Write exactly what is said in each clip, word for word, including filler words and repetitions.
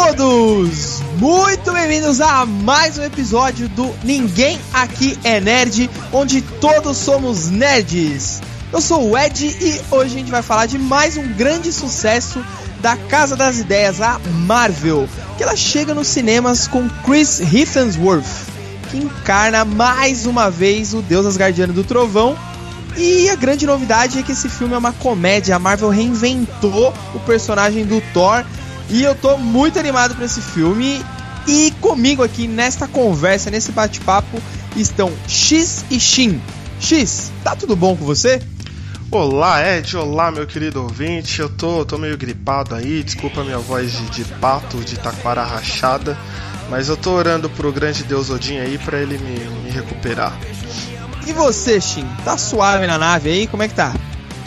todos! Muito bem-vindos a mais um episódio do Ninguém Aqui é Nerd, onde todos somos nerds. Eu sou o Ed e hoje a gente vai falar de mais um grande sucesso da Casa das Ideias, a Marvel, que ela chega nos cinemas com Chris Hemsworth, que encarna mais uma vez o Deus Asgardiano do Trovão. E a grande novidade é que esse filme é uma comédia. A Marvel reinventou o personagem do Thor e eu tô muito animado pra esse filme. E comigo aqui nesta conversa, nesse bate-papo, estão X e Shin. X, tá tudo bom com você? Olá, Ed, olá, meu querido ouvinte. Eu tô, tô meio gripado aí, desculpa a minha voz de, de pato, de taquara rachada, mas eu tô orando pro grande Deus Odin aí pra ele me, me recuperar. E você, Shin? Tá suave na nave aí? Como é que tá?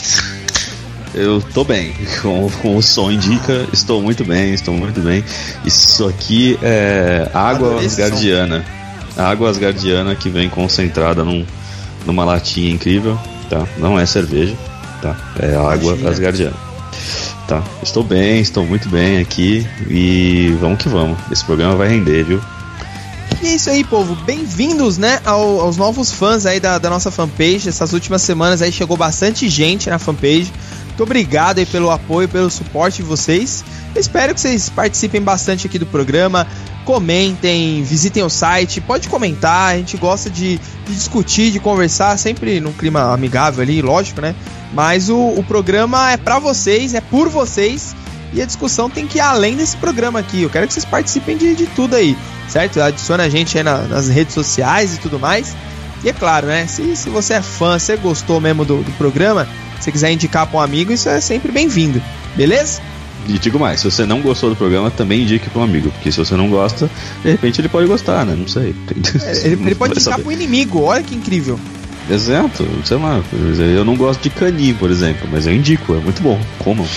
Eu tô bem, como, como o som indica, estou muito bem, estou muito bem. Isso aqui é água asgardiana. Água asgardiana que vem concentrada num, numa latinha incrível, tá? Não é cerveja, tá? É água Imagina. asgardiana. Tá, estou bem, estou muito bem aqui e vamos que vamos. Esse programa vai render, viu? E é isso aí, povo, bem-vindos, né, ao, aos novos fãs aí da, da nossa fanpage. Essas últimas semanas aí chegou bastante gente na fanpage. Muito obrigado aí pelo apoio, pelo suporte de vocês. Eu espero que vocês participem bastante aqui do programa, comentem, visitem o site, pode comentar, a gente gosta de, de discutir, de conversar, sempre num clima amigável ali, lógico, né? Mas o, o programa é pra vocês, é por vocês, e a discussão tem que ir além desse programa aqui. Eu quero que vocês participem de, de tudo aí, certo? Adiciona a gente aí na, nas redes sociais e tudo mais. E é claro, né? Se, se você é fã, se gostou mesmo do, do programa, se quiser indicar para um amigo, isso é sempre bem-vindo, beleza? E digo mais, se você não gostou do programa, também indique para um amigo, porque se você não gosta, de repente ele pode gostar, né? Não sei. É, ele, ele pode indicar para um inimigo, olha que incrível. Exato, sei lá, eu não gosto de cani, por exemplo, mas eu indico, é muito bom, comam.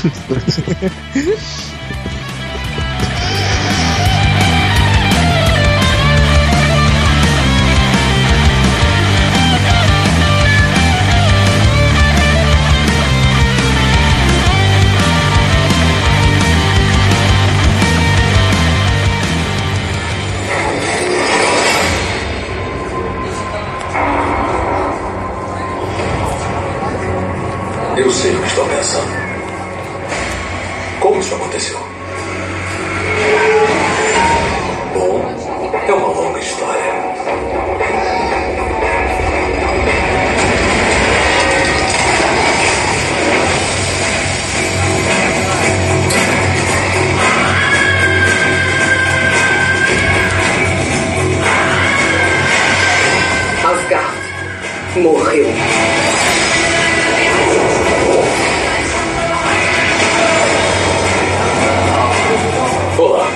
Eu sei o que estou pensando. Como isso aconteceu? Bom, é uma longa história. Asgard morreu. Olá.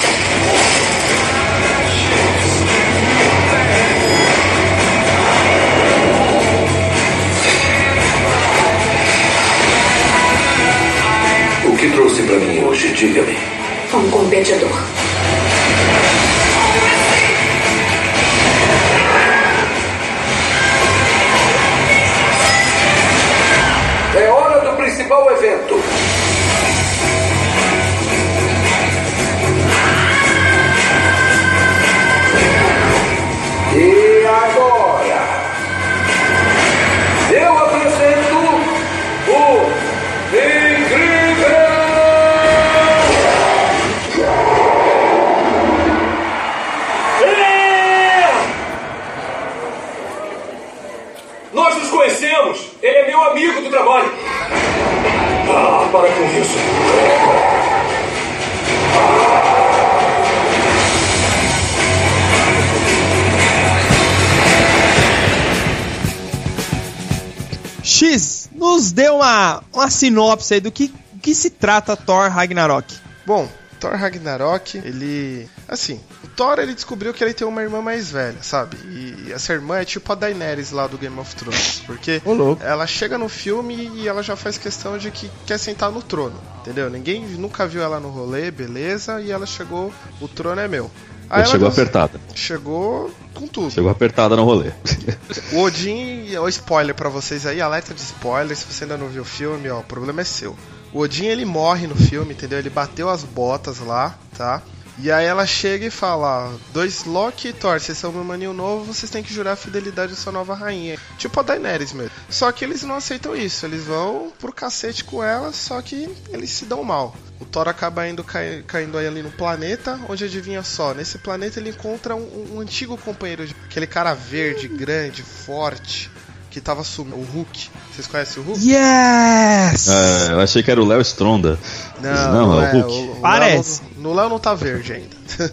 O que trouxe para mim hoje? Diga-me. Um competidor. É hora do principal evento. E agora, eu apresento o Incrível! Nós nos conhecemos! Ele é meu amigo do trabalho! Ah, para com isso! X, nos dê uma, uma sinopse aí do que, que se trata Thor Ragnarok. Bom, Thor Ragnarok, ele... Assim, o Thor, ele descobriu que ele tem uma irmã mais velha, sabe? E essa irmã é tipo a Daenerys lá do Game of Thrones, porque ela chega no filme e ela já faz questão de que quer sentar no trono, entendeu? Ninguém nunca viu ela no rolê, beleza, e ela chegou, o trono é meu. Aí ela chegou apertada. Chegou com tudo. Chegou apertada no rolê. O Odin, o spoiler pra vocês aí, alerta de spoiler, se você ainda não viu o filme, ó, o problema é seu. O Odin, ele morre no filme, entendeu? Ele bateu as botas lá, tá? E aí ela chega e fala, dois Loki e Thor, vocês são meu maninho novo, vocês têm que jurar a fidelidade à sua nova rainha. Tipo a Daenerys mesmo. Só que eles não aceitam isso, eles vão pro cacete com ela, só que eles se dão mal. O Thor acaba indo, cai, caindo aí ali no planeta, onde adivinha só, nesse planeta ele encontra um, um antigo companheiro, de, aquele cara verde, grande, forte, que tava sumindo, o Hulk. Vocês conhecem o Hulk? Yes! É, eu achei que era o Léo Stronda. Não, não, não é o Hulk. O, o Parece. Léo, no Léo não tá verde ainda.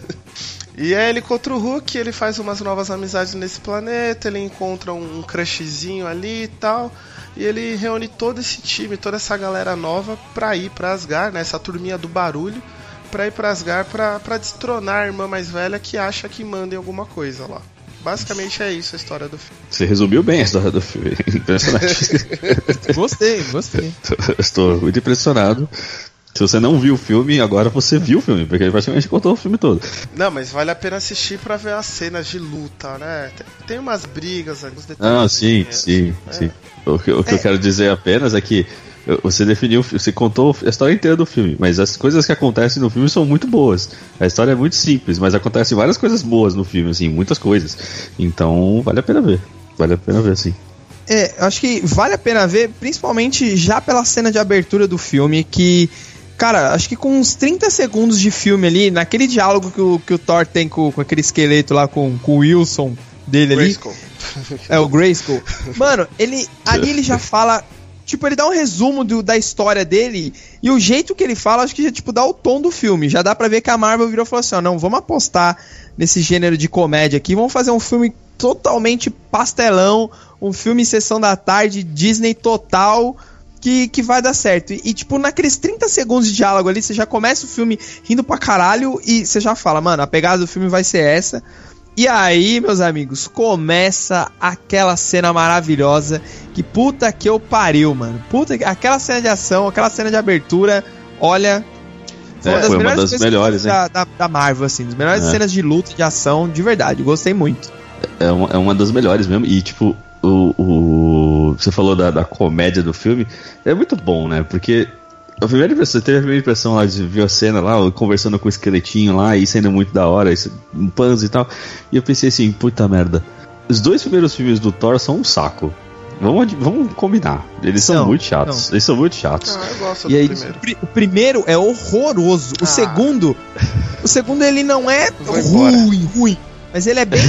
E aí ele contra o Hulk, ele faz umas novas amizades nesse planeta, ele encontra um crushzinho ali e tal, e ele reúne todo esse time, toda essa galera nova pra ir pra Asgard, né, essa turminha do barulho, pra ir pra Asgard pra, pra destronar a irmã mais velha que acha que manda em alguma coisa lá. Basicamente é isso a história do filme. Você resumiu bem a história do filme. Impressionante. Gostei, gostei. Estou muito impressionado. Se você não viu o filme, agora você viu o filme, porque ele praticamente contou o filme todo. Não, mas vale a pena assistir pra ver as cenas de luta, né? Tem, tem umas brigas, alguns detalhes. Ah, sim, sim, é. sim. O que, o que é. eu quero dizer apenas é que você definiu, você contou a história inteira do filme, mas as coisas que acontecem no filme são muito boas. A história é muito simples, mas acontecem várias coisas boas no filme, assim, muitas coisas. Então, vale a pena ver. Vale a pena ver, sim. É, eu acho que vale a pena ver, principalmente já pela cena de abertura do filme, que, cara, acho que com uns trinta segundos de filme ali, naquele diálogo que o, que o Thor tem com, com aquele esqueleto lá, com, com o Wilson dele Grayskull. ali. É, o Grayskull. Mano, ele, ali ele já fala... Tipo, ele dá um resumo do, da história dele, e o jeito que ele fala, acho que já, tipo, dá o tom do filme. Já dá pra ver que a Marvel virou e falou assim, ó, não, vamos apostar nesse gênero de comédia aqui, vamos fazer um filme totalmente pastelão, um filme sessão da tarde, Disney total, que, que vai dar certo. E, e, tipo, naqueles trinta segundos de diálogo ali, você já começa o filme rindo pra caralho, e você já fala, mano, a pegada do filme vai ser essa. E aí, meus amigos, começa aquela cena maravilhosa que puta que eu pariu, mano. Puta que... Aquela cena de ação, aquela cena de abertura, olha... Foi uma das, é, foi melhores, uma das melhores, hein? Da, da, da Marvel, assim, das melhores é. cenas de luta, de ação, de verdade, gostei muito. É uma, é uma das melhores mesmo, e tipo, o, o... você falou da, da comédia do filme, é muito bom, né, porque... A primeira impressão, você teve a primeira impressão lá de ver a cena lá, conversando com o esqueletinho lá, e sendo muito da hora, isso, um panzo e tal. E eu pensei assim, puta merda. Os dois primeiros filmes do Thor são um saco. Vamos, vamos combinar. Eles são não, muito chatos. Não. Eles são muito chatos. Ah, eu gosto e do aí, primeiro. O primeiro é horroroso. O ah. segundo. O segundo ele não é Vou ruim, embora. ruim. Mas ele é bem.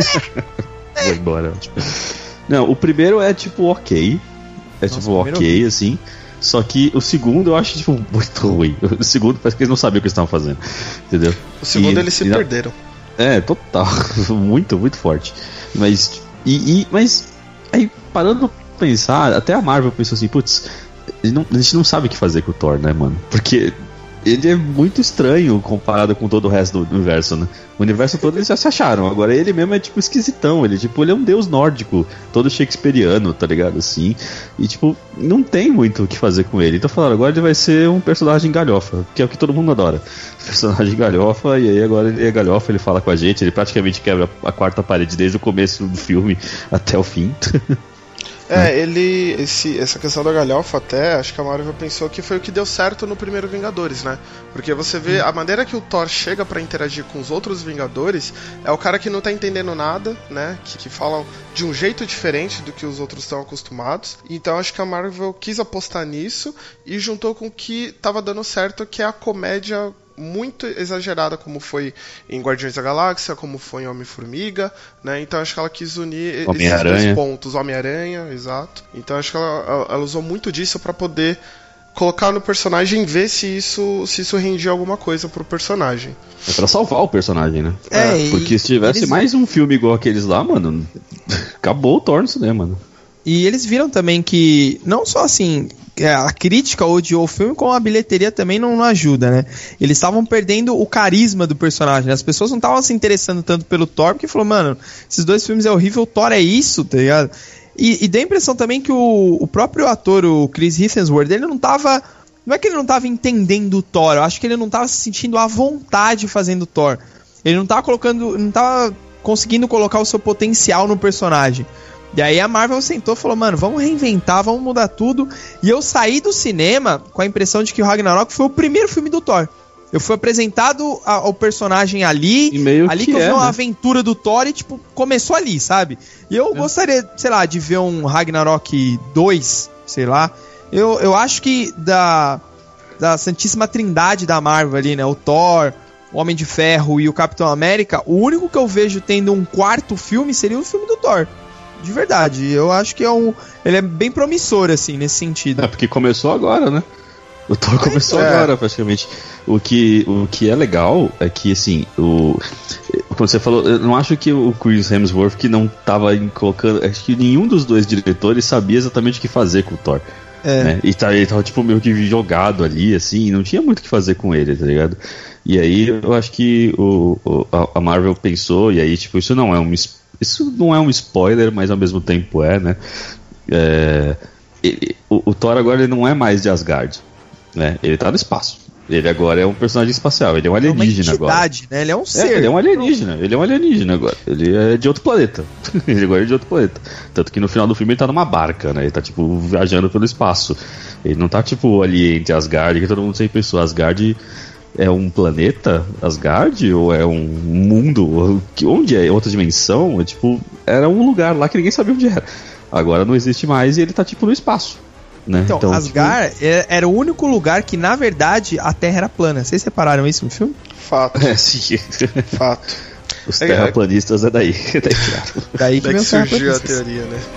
Vou embora. Não, o primeiro é tipo ok. É Nossa, tipo ok, é assim. Só que o segundo eu acho tipo, muito ruim. O segundo parece que eles não sabiam o que eles estavam fazendo. Entendeu? O segundo e, eles se e, perderam. É, total. Muito, muito forte. Mas. E, e, mas. Aí, parando pra pensar, até a Marvel pensou assim, putz, a gente não sabe o que fazer com o Thor, né, mano? Porque ele é muito estranho comparado com todo o resto do universo, né? O universo todo eles já se acharam, agora ele mesmo é tipo esquisitão, ele tipo, ele é um deus nórdico, todo shakespeariano, tá ligado, assim, e tipo, não tem muito o que fazer com ele, então falaram, agora ele vai ser um personagem galhofa, que é o que todo mundo adora, personagem galhofa, e aí agora ele é galhofa, ele fala com a gente, ele praticamente quebra a quarta parede desde o começo do filme até o fim. É, ele. Esse, essa questão da galhofa até, acho que a Marvel pensou que foi o que deu certo no primeiro Vingadores, né? Porque você vê a maneira que o Thor chega pra interagir com os outros Vingadores, é o cara que não tá entendendo nada, né? Que, que falam de um jeito diferente do que os outros estão acostumados. Então acho que a Marvel quis apostar nisso e juntou com o que tava dando certo, que é a comédia muito exagerada, como foi em Guardiões da Galáxia, como foi em Homem-Formiga, né? Então acho que ela quis unir esses dois pontos, Homem-Aranha, exato. Então acho que ela, ela usou muito disso pra poder colocar no personagem e ver se isso, se isso rendia alguma coisa pro personagem. É pra salvar o personagem, né? É, porque se tivesse eles... mais um filme igual aqueles lá, mano, acabou o Thor no cinema, mano. E eles viram também que, não só assim, a crítica odiou o filme, como a bilheteria também não, não ajuda, né? Eles estavam perdendo o carisma do personagem, né? As pessoas não estavam se interessando tanto pelo Thor, porque falou, mano, esses dois filmes é horrível, o Thor é isso, tá ligado? E, e dá a impressão também que o, o próprio ator, o Chris Hemsworth, ele não tava... Não é que ele não tava entendendo o Thor, eu acho que ele não tava se sentindo à vontade fazendo o Thor. Ele não tava colocando... Não tava conseguindo colocar o seu potencial no personagem. E aí a Marvel sentou e falou, mano, vamos reinventar, vamos mudar tudo. E eu saí do cinema com a impressão de que o Ragnarok foi o primeiro filme do Thor. eu fui apresentado ao personagem ali, e meio ali que, que eu é, vi uma né? aventura do Thor e, tipo, começou ali, sabe? E eu é. gostaria, sei lá, de ver um Ragnarok dois, sei lá. Eu, eu acho que da, da Santíssima Trindade da Marvel ali, né? O Thor, o Homem de Ferro e o Capitão América, o único que eu vejo tendo um quarto filme seria o filme do Thor. De verdade, eu acho que é um... ele é bem promissor, assim, nesse sentido. É, porque começou agora, né? O Thor começou é. agora, praticamente. O que, o que é legal é que, assim, o... Quando você falou, eu não acho que o Chris Hemsworth que não tava colocando... Acho que nenhum dos dois diretores sabia exatamente o que fazer com o Thor. É. Né? E tá, ele tava, tipo, meio que jogado ali, assim, não tinha muito o que fazer com ele, tá ligado? E aí, eu acho que o, o, a Marvel pensou, e aí, tipo, isso não é um... Isso não é um spoiler, mas ao mesmo tempo é, né? É, ele, o, o Thor agora ele não é mais de Asgard, né? Ele tá no espaço. Ele agora é um personagem espacial, ele é um alienígena é uma entidade, agora. Né? Ele é um ser. É, ele é um alienígena, ele é um alienígena agora. Ele é de outro planeta. Ele agora é de outro planeta. Tanto que no final do filme ele tá numa barca, né? Ele tá, tipo, viajando pelo espaço. Ele não tá, tipo, ali entre Asgard, que todo mundo sempre pensou. Asgard é um planeta, Asgard, ou é um mundo? Onde é? Outra dimensão? É, tipo, era um lugar lá que ninguém sabia onde era. Agora não existe mais e ele tá, tipo, no espaço. Né? Então, então, Asgard tipo... era o único lugar que, na verdade, a Terra era plana. Vocês separaram isso no filme? Fato. É, sim. Fato. Os terraplanistas é daí. daí, claro. daí que, daí que surgiu a teoria, né?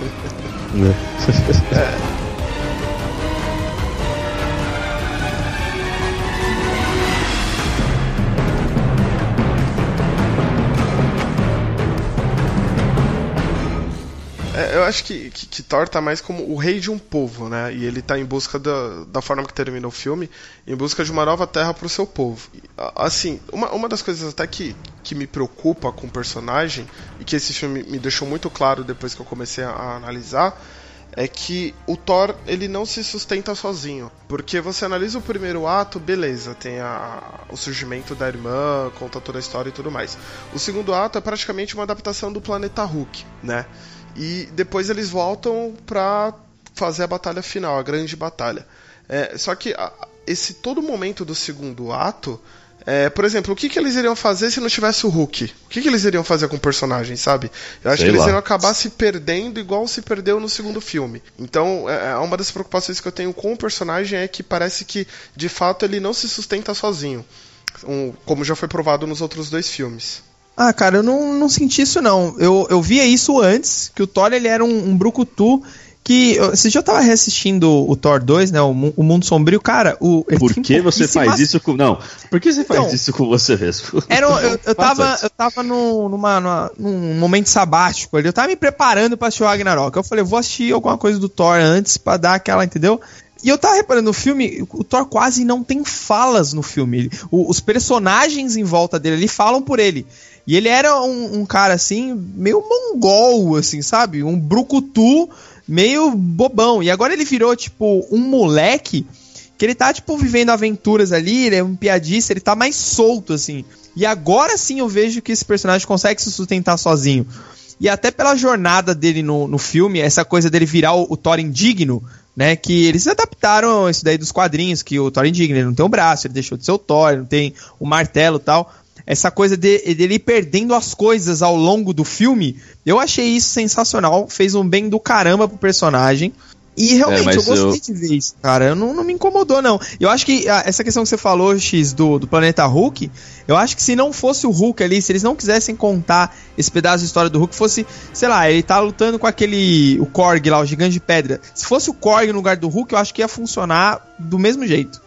é. Eu acho que, que, que Thor tá mais como o rei de um povo, né? E ele tá em busca da, da forma que termina o filme, em busca de uma nova terra pro seu povo. Assim, uma, uma das coisas até que, que me preocupa com o personagem, e que esse filme me deixou muito claro depois que eu comecei a, a analisar, é que o Thor, ele não se sustenta sozinho. Porque você analisa o primeiro ato, beleza, tem a, o surgimento da irmã, conta toda a história e tudo mais. O segundo ato é praticamente uma adaptação do Planeta Hulk, né? E depois eles voltam pra fazer a batalha final, a grande batalha. É, só que a, esse todo momento do segundo ato, é, por exemplo, o que, que eles iriam fazer se não tivesse o Hulk? O que, que eles iriam fazer com o personagem, sabe? Eu acho Sei que eles lá. iriam acabar se perdendo igual se perdeu no segundo filme. Então, é, uma das preocupações que eu tenho com o personagem é que parece que, de fato, ele não se sustenta sozinho. Um, como já foi provado nos outros dois filmes. Ah, cara, eu não, não senti isso, não. Eu, eu via isso antes, que o Thor, ele era um, um brucutu, que... Esse dia eu tava reassistindo o Thor dois, né, o, o Mundo Sombrio, cara... O, por que você faz isso com... Não, por que você faz então, isso com você mesmo? Era, eu, eu tava, eu tava no, numa, numa, num momento sabático ali, eu tava me preparando pra assistir o Ragnarok. Eu falei, eu vou assistir alguma coisa do Thor antes pra dar aquela, entendeu? E eu tava reparando, no filme, o Thor quase não tem falas no filme. Ele, o, os personagens em volta dele ali falam por ele. E ele era um, um cara, assim, meio mongol, assim, sabe? Um brucutu, meio bobão. E agora ele virou, tipo, um moleque que ele tá, tipo, vivendo aventuras ali, ele é um piadista, ele tá mais solto, assim. E agora sim eu vejo que esse personagem consegue se sustentar sozinho. E até pela jornada dele no, no filme, essa coisa dele virar o, o Thor indigno, né, que eles adaptaram isso daí dos quadrinhos, que o Thor indigno, ele não tem o braço, ele deixou de ser o Thor, ele não tem o martelo e tal. Essa coisa de, dele ir perdendo as coisas ao longo do filme, eu achei isso sensacional, fez um bem do caramba pro personagem. E realmente, é, eu gostei eu... de ver isso, cara. Eu não, não me incomodou, não. Eu acho que a, essa questão que você falou, X, do, do Planeta Hulk, eu acho que se não fosse o Hulk ali, se eles não quisessem contar esse pedaço de história do Hulk, fosse, sei lá, ele tá lutando com aquele, o Korg lá, o gigante de pedra. Se fosse o Korg no lugar do Hulk, eu acho que ia funcionar do mesmo jeito.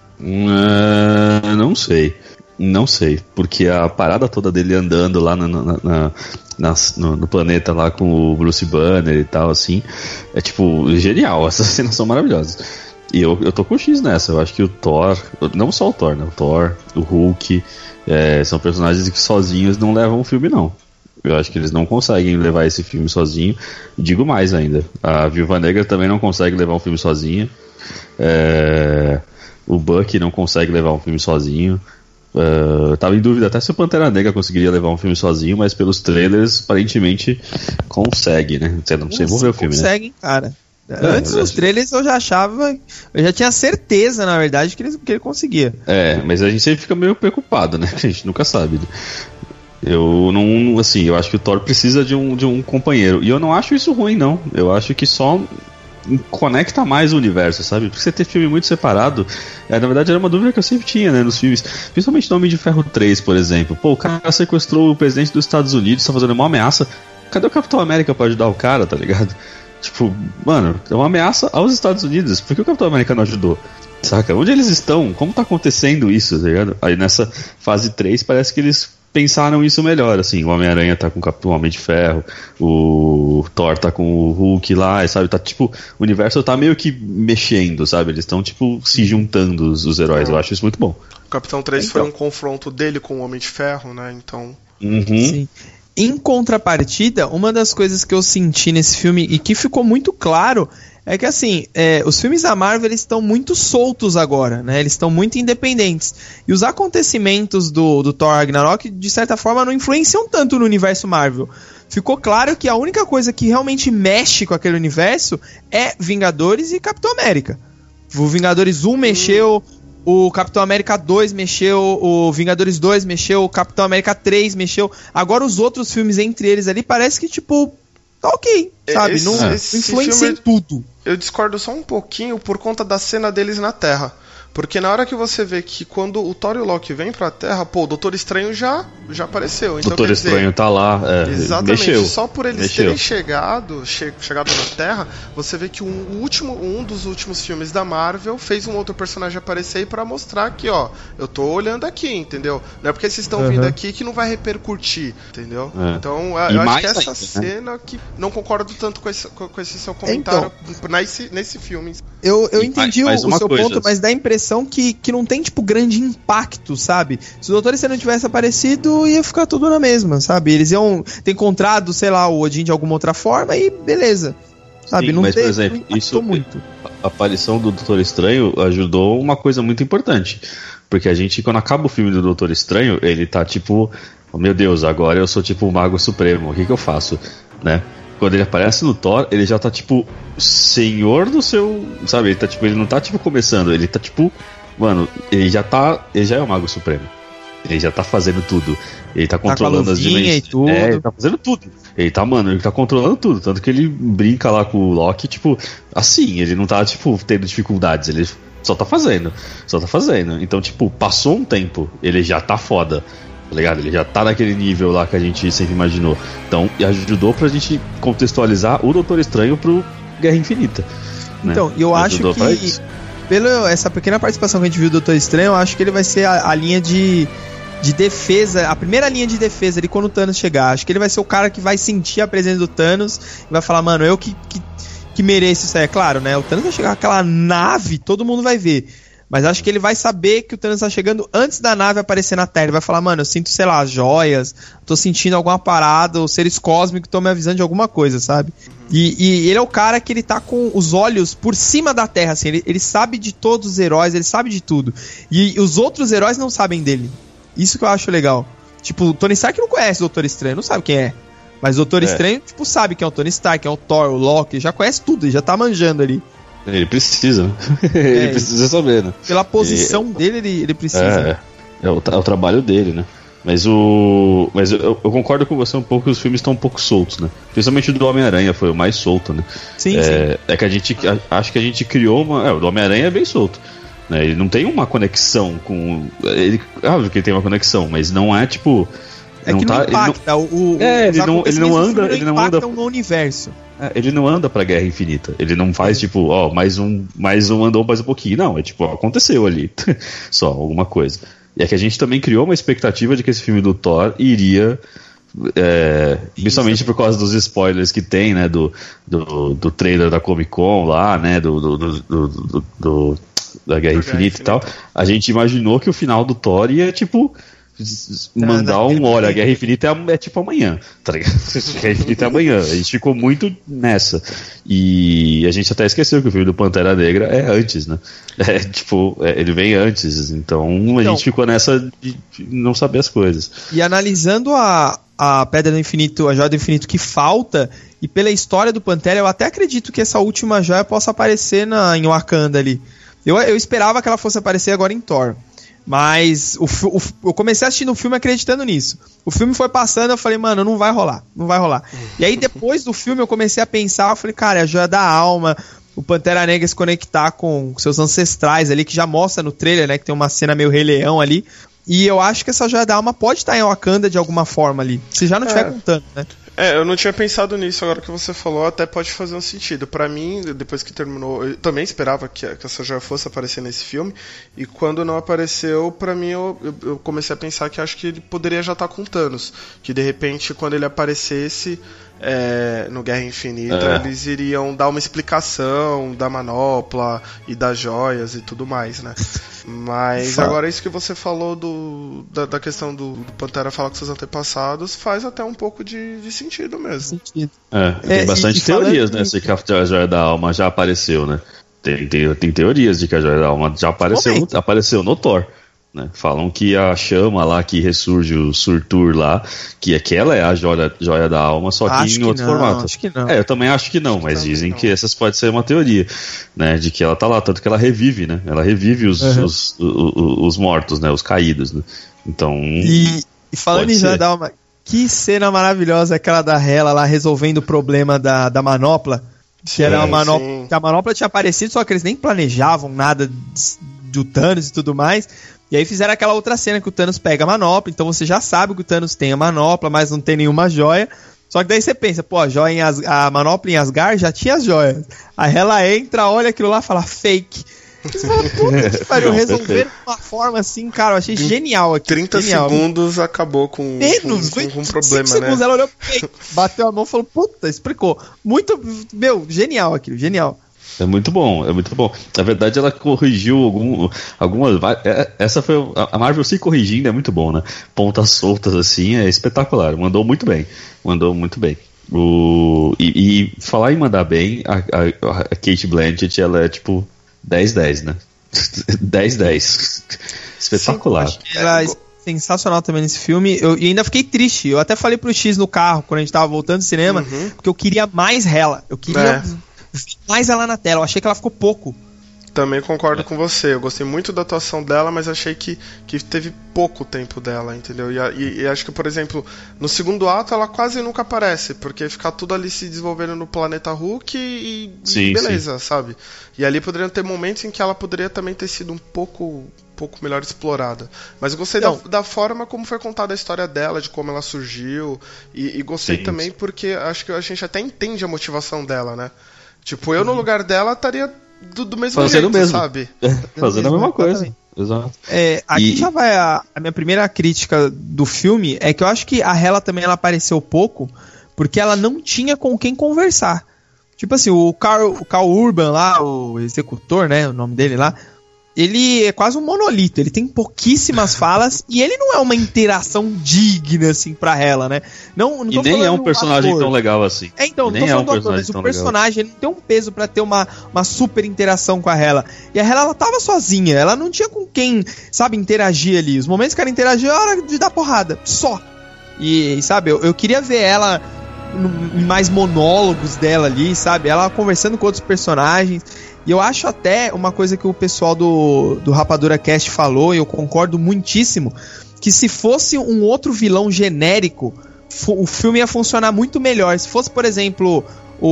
Uh, não sei. Não sei, porque a parada toda dele andando lá na, na, na, na, no, no planeta lá com o Bruce Banner e tal, assim, é tipo, genial, essas cenas são maravilhosas. E eu, eu tô com X nessa, eu acho que o Thor, não só o Thor, né, o Thor, o Hulk, é, são personagens que sozinhos não levam o filme, não. Eu acho que eles não conseguem levar esse filme sozinho. Digo mais ainda, a Viúva Negra também não consegue levar um filme sozinha, é, o Bucky não consegue levar um filme sozinho. Uh, tava em dúvida até se o Pantera Negra conseguiria levar um filme sozinho, mas pelos trailers aparentemente consegue, né? Você não sei, vou ver o filme, consegue, né? Cara. Antes dos trailers eu já achava, eu já tinha certeza, na verdade, que ele, que ele conseguia. É, mas a gente sempre fica meio preocupado, né? A gente nunca sabe. Né? Eu não, assim, eu acho que o Thor precisa de um, de um companheiro. E eu não acho isso ruim, não. Eu acho que só conecta mais o universo, sabe? Porque você ter filme muito separado, é, na verdade era uma dúvida que eu sempre tinha, né, nos filmes, principalmente no Homem de Ferro três, por exemplo. Pô, o cara sequestrou o presidente dos Estados Unidos, tá fazendo uma ameaça. Cadê o Capitão América pra ajudar o cara, tá ligado? Tipo, mano, é uma ameaça aos Estados Unidos. Por que o Capitão América não ajudou? Saca? Onde eles estão? Como tá acontecendo isso, tá ligado? Aí nessa fase três parece que eles pensaram isso melhor, assim. O Homem-Aranha tá com o Capitão Homem de Ferro, o Thor tá com o Hulk lá, sabe? Tá tipo, o universo tá meio que mexendo, sabe? Eles estão tipo se juntando, os, os heróis. Eu acho isso muito bom. O Capitão três então foi um confronto dele com o Homem de Ferro, né? Então. Uhum. Sim. Em contrapartida, uma das coisas que eu senti nesse filme e que ficou muito claro é que, assim, é, os filmes da Marvel eles estão muito soltos agora, né? Eles estão muito independentes. E os acontecimentos do, do Thor Ragnarok, de certa forma, não influenciam tanto no universo Marvel. Ficou claro que a única coisa que realmente mexe com aquele universo é Vingadores e Capitão América. O Vingadores um mexeu... O Capitão América dois mexeu, o Vingadores dois mexeu, o Capitão América três mexeu. Agora os outros filmes entre eles ali parece que, tipo, tá ok, sabe? Esse, não esse influencia em tudo. Eu discordo só um pouquinho por conta da cena deles na Terra. Porque na hora que você vê que quando o Thor e o Loki vêm pra Terra, pô, o Doutor Estranho já, já apareceu. Então, Doutor dizer, Estranho tá lá, é, exatamente, mexeu, só por eles mexeu. terem chegado, che chegado na Terra, você vê que um, o último, um dos últimos filmes da Marvel fez um outro personagem aparecer aí pra mostrar que, ó, eu tô olhando aqui, entendeu? Não é porque vocês estão uhum. vindo aqui que não vai repercutir, entendeu? É. Então, eu, eu acho que essa ainda, cena né? que não concordo tanto com esse, com esse seu comentário então, nesse, nesse filme. Eu, eu entendi mais, mais o, o seu coisa. ponto, mas dá a impressão que, que não tem, tipo, grande impacto, sabe? Se o Doutor Estranho não tivesse aparecido, ia ficar tudo na mesma, sabe? Eles iam ter encontrado, sei lá, o Odin de alguma outra forma e beleza. Sabe? Sim, não mas, tem, por exemplo, não isso, muito. A aparição do Doutor Estranho ajudou uma coisa muito importante. Porque a gente, quando acaba o filme do Doutor Estranho, ele tá tipo, oh, meu Deus, agora eu sou tipo o Mago Supremo, o que que eu faço? Né? Quando ele aparece no Thor, ele já tá tipo senhor do seu, sabe? Ele tá tipo, ele não tá tipo começando, ele tá tipo, mano, ele já tá, ele já é o Mago Supremo. Ele já tá fazendo tudo. Ele tá controlando tá as dimensões. E tudo. É, ele tá fazendo tudo. Ele tá, mano, ele tá controlando tudo. Tanto que ele brinca lá com o Loki, tipo, assim, ele não tá, tipo, tendo dificuldades. Ele só tá fazendo. Só tá fazendo. Então, tipo, passou um tempo, ele já tá foda. Tá ligado? Ele já tá naquele nível lá que a gente sempre imaginou. Então, ajudou pra gente contextualizar o Doutor Estranho pro Guerra Infinita. Né? Então, eu ajudou acho que, pela essa pequena participação que a gente viu do Doutor Estranho, eu acho que ele vai ser a, a linha de, de defesa, a primeira linha de defesa ali quando o Thanos chegar. Acho que ele vai ser o cara que vai sentir a presença do Thanos e vai falar, mano, eu que, que, que mereço isso aí. É claro, né? O Thanos vai chegar com aquela nave, todo mundo vai ver. Mas acho que ele vai saber que o Thanos tá chegando antes da nave aparecer na Terra. Ele vai falar, mano, eu sinto, sei lá, as joias, tô sentindo alguma parada, os seres cósmicos estão me avisando de alguma coisa, sabe? E, e ele é o cara que ele tá com os olhos por cima da Terra, assim, ele, ele sabe de todos os heróis, ele sabe de tudo. E, e os outros heróis não sabem dele. Isso que eu acho legal. Tipo, o Tony Stark não conhece o Doutor Estranho, não sabe quem é. Mas o Doutor é. Estranho, tipo, sabe quem é o Tony Stark, quem é o Thor, o Loki, já conhece tudo, ele já tá manjando ali. Ele precisa, né? É, ele precisa saber, né? Pela posição e, dele, ele, ele precisa. É, é, o, é o trabalho dele, né? Mas o. Mas eu, eu concordo com você um pouco que os filmes estão um pouco soltos, né? Principalmente o do Homem-Aranha foi o mais solto, né? Sim, é, sim. É que a gente. A, acho que a gente criou uma. É, o do Homem-Aranha é bem solto. Né? Ele não tem uma conexão com. Ele, óbvio que ele tem uma conexão, mas não é tipo. É não que tá, não impacta. Ele não, o, o, é, ele não, ele não anda. Ele não anda no universo. É, ele não anda pra Guerra Infinita. Ele não faz tipo, ó, mais um, mais um andou mais um pouquinho. Não, é tipo, ó, aconteceu ali. Só alguma coisa. E é que a gente também criou uma expectativa de que esse filme do Thor iria. É, principalmente por causa dos spoilers que tem, né? Do, do, do trailer da Comic Con lá, né? Do, do, do, do, do, do da Guerra Infinita e tal. A gente imaginou que o final do Thor ia, tipo. Mandar um, olha, a Guerra Infinita é, é tipo amanhã, tá ligado? A Guerra Infinita é amanhã. A gente ficou muito nessa. E a gente até esqueceu que o filme do Pantera Negra é antes, né? É tipo, é, ele vem antes. Então, então a gente ficou nessa de, de não saber as coisas. E analisando a, a Pedra do Infinito, a Joia do Infinito que falta, e pela história do Pantera, eu até acredito que essa última joia possa aparecer na, em Wakanda ali. Eu, eu esperava que ela fosse aparecer agora em Thor. Mas o, o, eu comecei assistindo o filme acreditando nisso. O filme foi passando, eu falei, mano, não vai rolar, não vai rolar. E aí depois do filme eu comecei a pensar, eu falei, cara, é a joia da alma, o Pantera Negra se conectar com seus ancestrais ali, que já mostra no trailer, né, que tem uma cena meio Rei Leão ali. E eu acho que essa joia da alma pode estar em Wakanda de alguma forma ali, se já não estiver é. contando, né? É, eu não tinha pensado nisso, agora que você falou, até pode fazer um sentido. Pra mim, depois que terminou, eu também esperava que, que essa joia fosse aparecer nesse filme, e quando não apareceu, pra mim, eu, eu comecei a pensar que acho que ele poderia já estar com Thanos, que de repente, quando ele aparecesse é, no Guerra Infinita, é. eles iriam dar uma explicação da manopla e das joias e tudo mais, né? Mas Fala. Agora isso que você falou do, da, da questão do, do Pantera falar com seus antepassados faz até um pouco de, de sentido mesmo. Sentido. É, tem é, bastante e, teorias, e né? Se que a Joia da Alma já apareceu, né? Tem, tem, tem teorias de que a Joia da Alma já apareceu, no, apareceu no Thor. Né? Falam que a chama lá que ressurge o Surtur lá, que aquela é a joia, joia da alma, só que acho em que outro não, formato. Acho que não. É, eu também acho que não, acho mas que dizem não. que essas pode ser uma teoria, né? De que ela tá lá, tanto que ela revive, né? Ela revive os, uhum. os, os, os mortos, né? Os caídos, né? Então. E, e falando em joia da alma, que cena maravilhosa aquela da Hela lá resolvendo o problema da, da manopla. Que sim, era uma manopla. Que a manopla tinha aparecido, só que eles nem planejavam nada do Thanos e tudo mais. E aí fizeram aquela outra cena que o Thanos pega a manopla, então você já sabe que o Thanos tem a manopla, mas não tem nenhuma joia. Só que daí você pensa, pô, a, joia em As- a manopla em Asgard já tinha as joias. Aí ela entra, olha aquilo lá e fala, fake. Você fala, puta que pariu, resolveram de uma forma assim, cara, eu achei genial aqui. trinta genial. segundos acabou com, Menos, com, com, com um problema, né? Segundos, ela olhou, bateu a mão e falou, puta, explicou. Muito, meu, genial aquilo, genial. É muito bom, é muito bom. Na verdade, ela corrigiu algum, algumas. Essa foi. A Marvel se corrigindo é muito bom, né? Pontas soltas assim, é espetacular. Mandou muito bem. Mandou muito bem. O, e, e falar em mandar bem, a, a, a Cate Blanchett, ela é tipo dez dez, né? dez dez. Espetacular. Sim, ela é sensacional também nesse filme. Eu e ainda fiquei triste. Eu até falei pro X no carro, quando a gente tava voltando do cinema, uhum. porque eu queria mais ela. Eu queria. É. Mais ela na tela, eu achei que ela ficou pouco. Também concordo é. com você, eu gostei muito da atuação dela, mas achei que, que teve pouco tempo dela, entendeu? E, e, e acho que, por exemplo, no segundo ato ela quase nunca aparece, porque fica tudo ali se desenvolvendo no planeta Hulk e, sim, e beleza, sim. sabe? E ali poderiam ter momentos em que ela poderia também ter sido um pouco, pouco melhor explorada. Mas eu gostei da, da forma como foi contada a história dela, de como ela surgiu, e, e gostei sim, também sim. porque acho que a gente até entende a motivação dela, né? Tipo, eu no lugar dela estaria do, do mesmo Fazendo jeito, mesmo. sabe? Fazendo a mesma coisa. Exato. É, aqui e... já vai a, a minha primeira crítica do filme, é que eu acho que a Hela também ela apareceu pouco, porque ela não tinha com quem conversar. Tipo assim, o Carl, o Carl Urban lá, o executor, né, o nome dele lá, ele é quase um monolito, ele tem pouquíssimas falas e ele não é uma interação digna, assim, pra ela, né? Não, não e nem é um personagem tão legal assim. É, então, não tô nem é um do ator, mas o personagem ele não tem um peso pra ter uma, uma super interação com a Hela. E a Hela, ela tava sozinha, ela não tinha com quem, sabe, interagir ali. Os momentos que ela interagia era hora de dar porrada, só. E, sabe, eu, eu queria ver ela em mais monólogos dela ali, sabe? Ela conversando com outros personagens. E eu acho até uma coisa que o pessoal do, do Rapadura Cast falou, e eu concordo muitíssimo, que se fosse um outro vilão genérico, o filme ia funcionar muito melhor. Se fosse, por exemplo,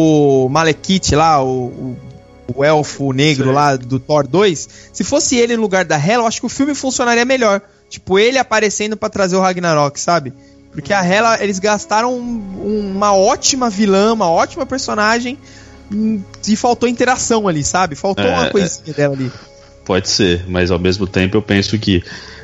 o Malekith lá, o, o, o elfo negro Sim. lá do Thor dois, se fosse ele no lugar da Hela, eu acho que o filme funcionaria melhor. Tipo, ele aparecendo pra trazer o Ragnarok, sabe? Porque a Hela, eles gastaram um, uma ótima vilã, uma ótima personagem, e faltou interação ali, sabe? Faltou é, uma coisinha é, dela ali. Pode ser, mas ao mesmo tempo eu penso que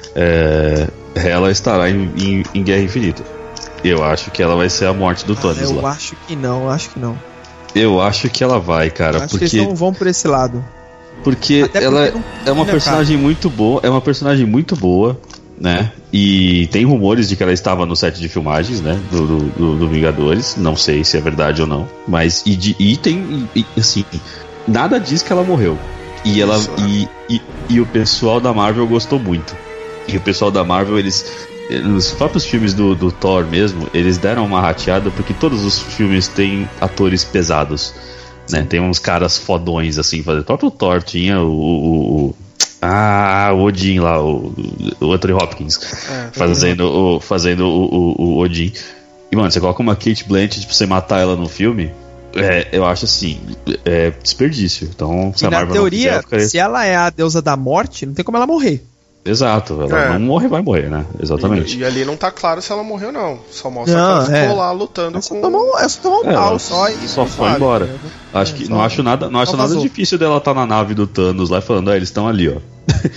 é, ela estará em, em, em Guerra Infinita. Eu acho que ela vai ser a morte do Thanos ah, eu lá. Eu acho que não, eu acho que não. Eu acho que ela vai, cara. Eu acho porque... que eles não vão por esse lado. Porque, porque ela é uma personagem cara. muito boa, é uma personagem muito boa, né? E tem rumores de que ela estava no set de filmagens, né? Do, do, do Vingadores. Não sei se é verdade ou não. Mas e, de, e tem e, assim, nada diz que ela morreu. E ela e, e, e o pessoal da Marvel gostou muito. E o pessoal da Marvel, eles nos próprios filmes do, do Thor mesmo, eles deram uma rateada porque todos os filmes têm atores pesados, né? Tem uns caras fodões assim, o próprio Thor tinha o, o, o ah, o Odin lá, o, o Anthony Hopkins é, fazendo, o, fazendo o, o, o Odin. E mano, você coloca uma Cate Blanchett pra você matar ela no filme, é, eu acho assim, é desperdício. Então, se e a na Marvel teoria, não quiser, se ela é a deusa da morte, não tem como ela morrer. Exato, ela é. não morre, vai morrer, né? Exatamente. E, e ali não tá claro se ela morreu, não. Só mostra não, que ela ficou é. lá lutando ela com... Tomou, ela só tomou um é, pau só e só foi vale. embora. Acho que, é, não acho nada, não acho nada difícil dela estar tá na nave do Thanos lá e falando, ah, eles estão ali, ó.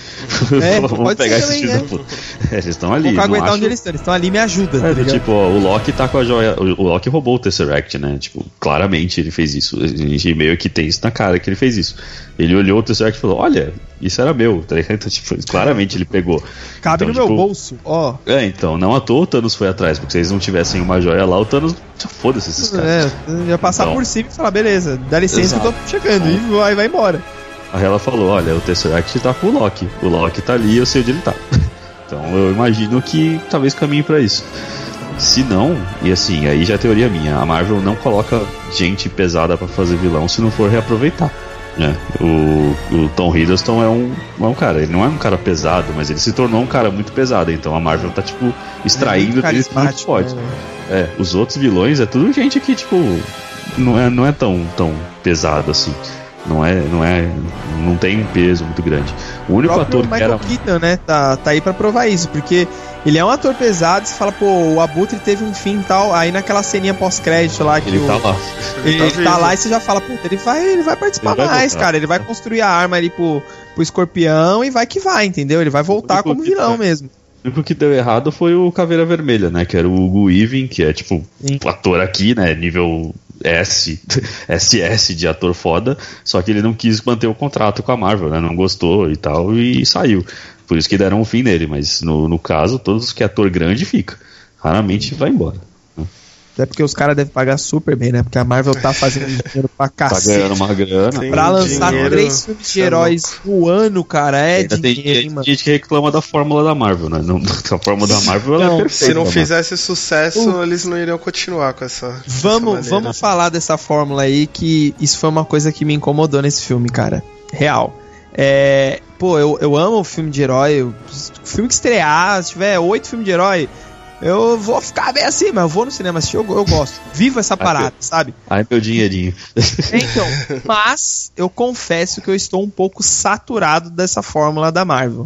É, vamos pegar esses filhos da puta. É, eles estão ali. Vou aguentar acho... onde eles estão, eles estão ali, me ajuda. É, tá tipo, ó, o Loki tá com a joia. O, o Loki roubou o Tesseract, né? Tipo, claramente ele fez isso. A gente meio que tem isso na cara que ele fez isso. Ele olhou o Tesseract e falou: olha, isso era meu, tá ligado? Então, tipo, claramente ele pegou. Cabe então, no tipo, meu bolso, ó. É, então, não à toa o Thanos foi atrás, porque se eles não tivessem uma joia lá, o Thanos. Foda-se esses caras. É, ia passar então, por cima e falar: beleza, dá licença que eu tô chegando. É. E vai, vai embora. Aí ela falou, olha, o Tesseract tá com o Loki. O Loki tá ali, eu sei onde ele tá. Então eu imagino que talvez caminhe pra isso. Se não, e assim, aí já é teoria minha, a Marvel não coloca gente pesada pra fazer vilão se não for reaproveitar, né? O, o Tom Hiddleston é um, é um cara, ele não é um cara pesado, mas ele se tornou um cara muito pesado. Então a Marvel tá, tipo, extraindo é deles muito forte. Né? É, os outros vilões é tudo gente que, tipo, não é, não é tão, tão pesado assim. Não é, não é, não tem um peso muito grande. O único o ator que Michael era... Keaton, né, tá, tá aí pra provar isso, porque ele é um ator pesado, você fala, pô, o Abutre teve um fim e tal, aí naquela ceninha pós-crédito lá que ele o... tá lá. Ele, ele tá, tá lá e você já fala, puta, ele vai, ele vai participar ele vai mais, voltar. cara, ele vai construir a arma ali pro, pro Escorpião e vai que vai, entendeu? Ele vai voltar como vilão mesmo. O único que deu errado foi o Caveira Vermelha, né, que era o Hugo Weaving, que é tipo o ator aqui, né, nível... S, S S de ator foda, só que ele não quis manter o contrato com a Marvel, né? Não gostou e tal, e saiu. Por isso que deram um fim nele, mas no, no caso, todos que é ator grande fica. Raramente vai embora. Até porque os caras devem pagar super bem, né? Porque a Marvel tá fazendo dinheiro pra cacete. Tá ganhando uma grana. Tem pra lançar dinheiro, três filmes de heróis no ano, cara, é ainda dinheiro, tem hein, mano? gente que reclama da fórmula da Marvel, né? Não, a fórmula da Marvel ela não, é perfeita. Se não fizesse sucesso, uh, eles não iriam continuar com essa. Vamos, essa vamos falar dessa fórmula aí, que isso foi uma coisa que me incomodou nesse filme, cara. Real. É, pô, eu, eu amo o filme de herói. Eu, filme que estrear, se tiver oito filmes de herói, eu vou ficar bem assim, mas eu vou no cinema assistir, eu, eu gosto. Viva essa parada, ai, sabe? Ai, meu dinheirinho. Então, mas eu confesso que eu estou um pouco saturado dessa fórmula da Marvel.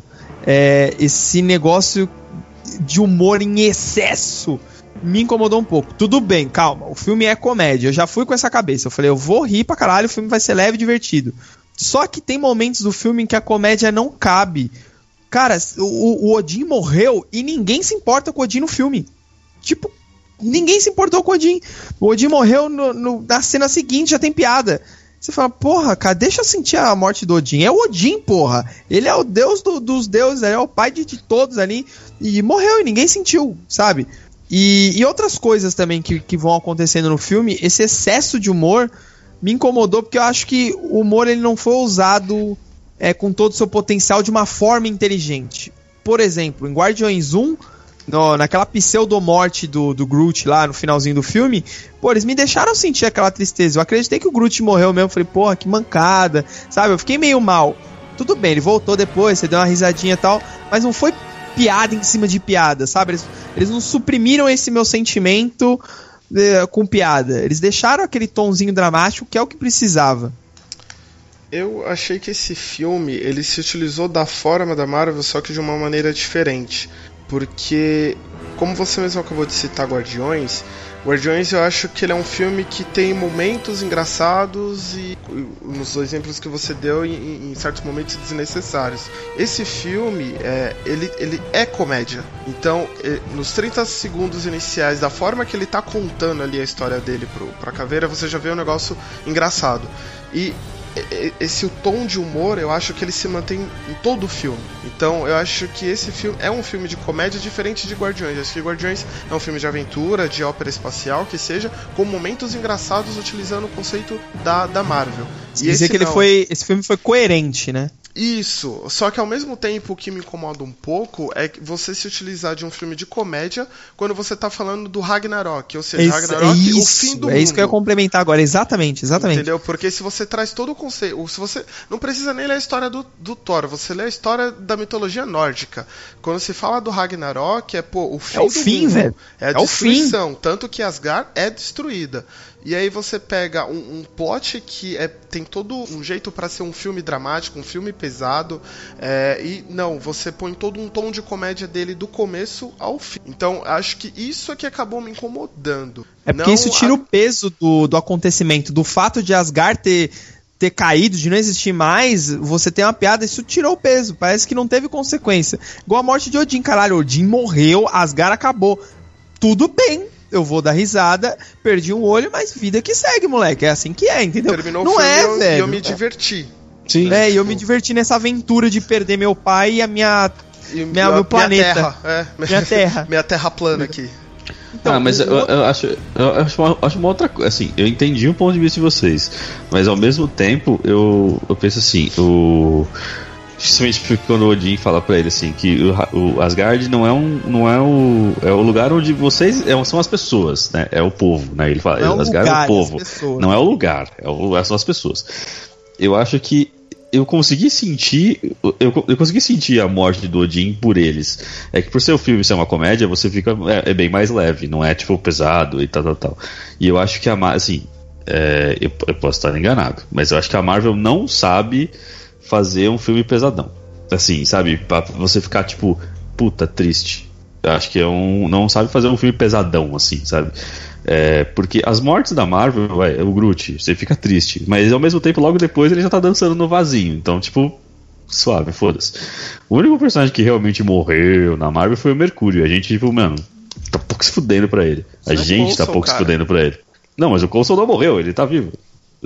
É, esse negócio de humor em excesso me incomodou um pouco. Tudo bem, calma, o filme é comédia. Eu já fui com essa cabeça. Eu falei, eu vou rir pra caralho, o filme vai ser leve e divertido. Só que tem momentos do filme em que a comédia não cabe. Cara, o, o Odin morreu e ninguém se importa com o Odin no filme. Tipo, ninguém se importou com o Odin. O Odin morreu no, no, na cena seguinte, já tem piada. Você fala, porra, cara, deixa eu sentir a morte do Odin. É o Odin, porra. Ele é o deus do, dos deuses, é o pai de, de todos ali. E morreu e ninguém sentiu, sabe? E, e outras coisas também que, que vão acontecendo no filme, esse excesso de humor me incomodou, porque eu acho que o humor ele não foi usado... É, com todo o seu potencial de uma forma inteligente. Por exemplo, em Guardiões um, no, naquela pseudo-morte do, do Groot lá no finalzinho do filme, pô, eles me deixaram sentir aquela tristeza. Eu acreditei que o Groot morreu mesmo. Falei, porra, que mancada, sabe? Eu fiquei meio mal. Tudo bem, ele voltou depois, você deu uma risadinha e tal, mas não foi piada em cima de piada, sabe? Eles, eles não suprimiram esse meu sentimento é, com piada. Eles deixaram aquele tonzinho dramático que é o que precisava. Eu achei que esse filme, ele se utilizou da forma da Marvel, só que de uma maneira diferente. Porque, como você mesmo acabou de citar Guardiões, Guardiões eu acho que ele é um filme que tem momentos engraçados e, nos dois exemplos que você deu, em, em certos momentos desnecessários. Esse filme, é, ele, ele é comédia. Então, ele, nos trinta segundos iniciais, da forma que ele tá contando ali a história dele pro, pra Caveira, você já vê um negócio engraçado. E esse o tom de humor, eu acho que ele se mantém em todo o filme. Então eu acho que esse filme é um filme de comédia diferente de Guardiões. Eu acho que Guardiões é um filme de aventura, de ópera espacial, que seja, com momentos engraçados utilizando o conceito da, da Marvel. E dizer que ele foi, esse filme foi coerente, né? Isso, só que ao mesmo tempo o que me incomoda um pouco é você se utilizar de um filme de comédia quando você tá falando do Ragnarok, ou seja, isso, Ragnarok, isso, o fim do é mundo. É isso que eu ia complementar agora, exatamente, exatamente. Entendeu? Porque se você traz todo o conceito, se você não precisa nem ler a história do, do Thor, você lê a história da mitologia nórdica. Quando se fala do Ragnarok, é pô, o fim é o do fim, mundo. velho. É a é destruição, o fim. Tanto que Asgard é destruída. E aí você pega um, um plot que é, tem todo um jeito pra ser um filme dramático, um filme pesado, é, e não, você põe todo um tom de comédia dele do começo ao fim. Então, acho que isso é que acabou me incomodando. É porque não isso tira a... o peso do, do acontecimento, do fato de Asgard ter, ter caído, de não existir mais, você tem uma piada, isso tirou o peso, parece que não teve consequência. Igual a morte de Odin, caralho, Odin morreu, Asgard acabou. Tudo bem. Eu vou dar risada, perdi um olho, mas vida que segue, moleque. É assim que é, entendeu? Terminou não o filme é, e eu, velho. E eu me diverti. Sim. É, e eu me diverti nessa aventura de perder meu pai e a minha... E minha, meu planeta. Minha terra. É. Minha terra. Minha terra plana aqui. Então, ah, mas eu, eu, acho, eu acho, uma, acho uma outra coisa. Assim, eu entendi o ponto de vista de vocês, mas ao mesmo tempo eu, eu penso assim, o... Justamente porque quando o Odin fala pra ele assim que o, o Asgard não é um não é o é o lugar onde vocês é, são as pessoas, né? É o povo, né? Ele fala, não Asgard é, lugar, é o povo, não é o lugar, é o, são as pessoas. Eu acho que eu consegui sentir eu, eu consegui sentir a morte do Odin por eles. É que por ser o filme ser uma comédia, você fica é, é bem mais leve, não é tipo pesado e tal tal tal. E eu acho que a assim é, eu, eu posso estar enganado, mas eu acho que a Marvel não sabe fazer um filme pesadão, assim, sabe, pra você ficar tipo, puta, triste. Acho que é um, não sabe fazer um filme pesadão, assim, sabe, é, porque as mortes da Marvel, vai, o Groot, você fica triste, mas ao mesmo tempo, logo depois ele já tá dançando no vasinho, então tipo, suave, foda-se. O único personagem que realmente morreu na Marvel foi o Mercúrio, a gente tipo, mano, tá pouco se fudendo pra ele, a Você gente é Coulson, tá pouco cara. se fudendo pra ele. Não, mas o Coulson não morreu, ele tá vivo.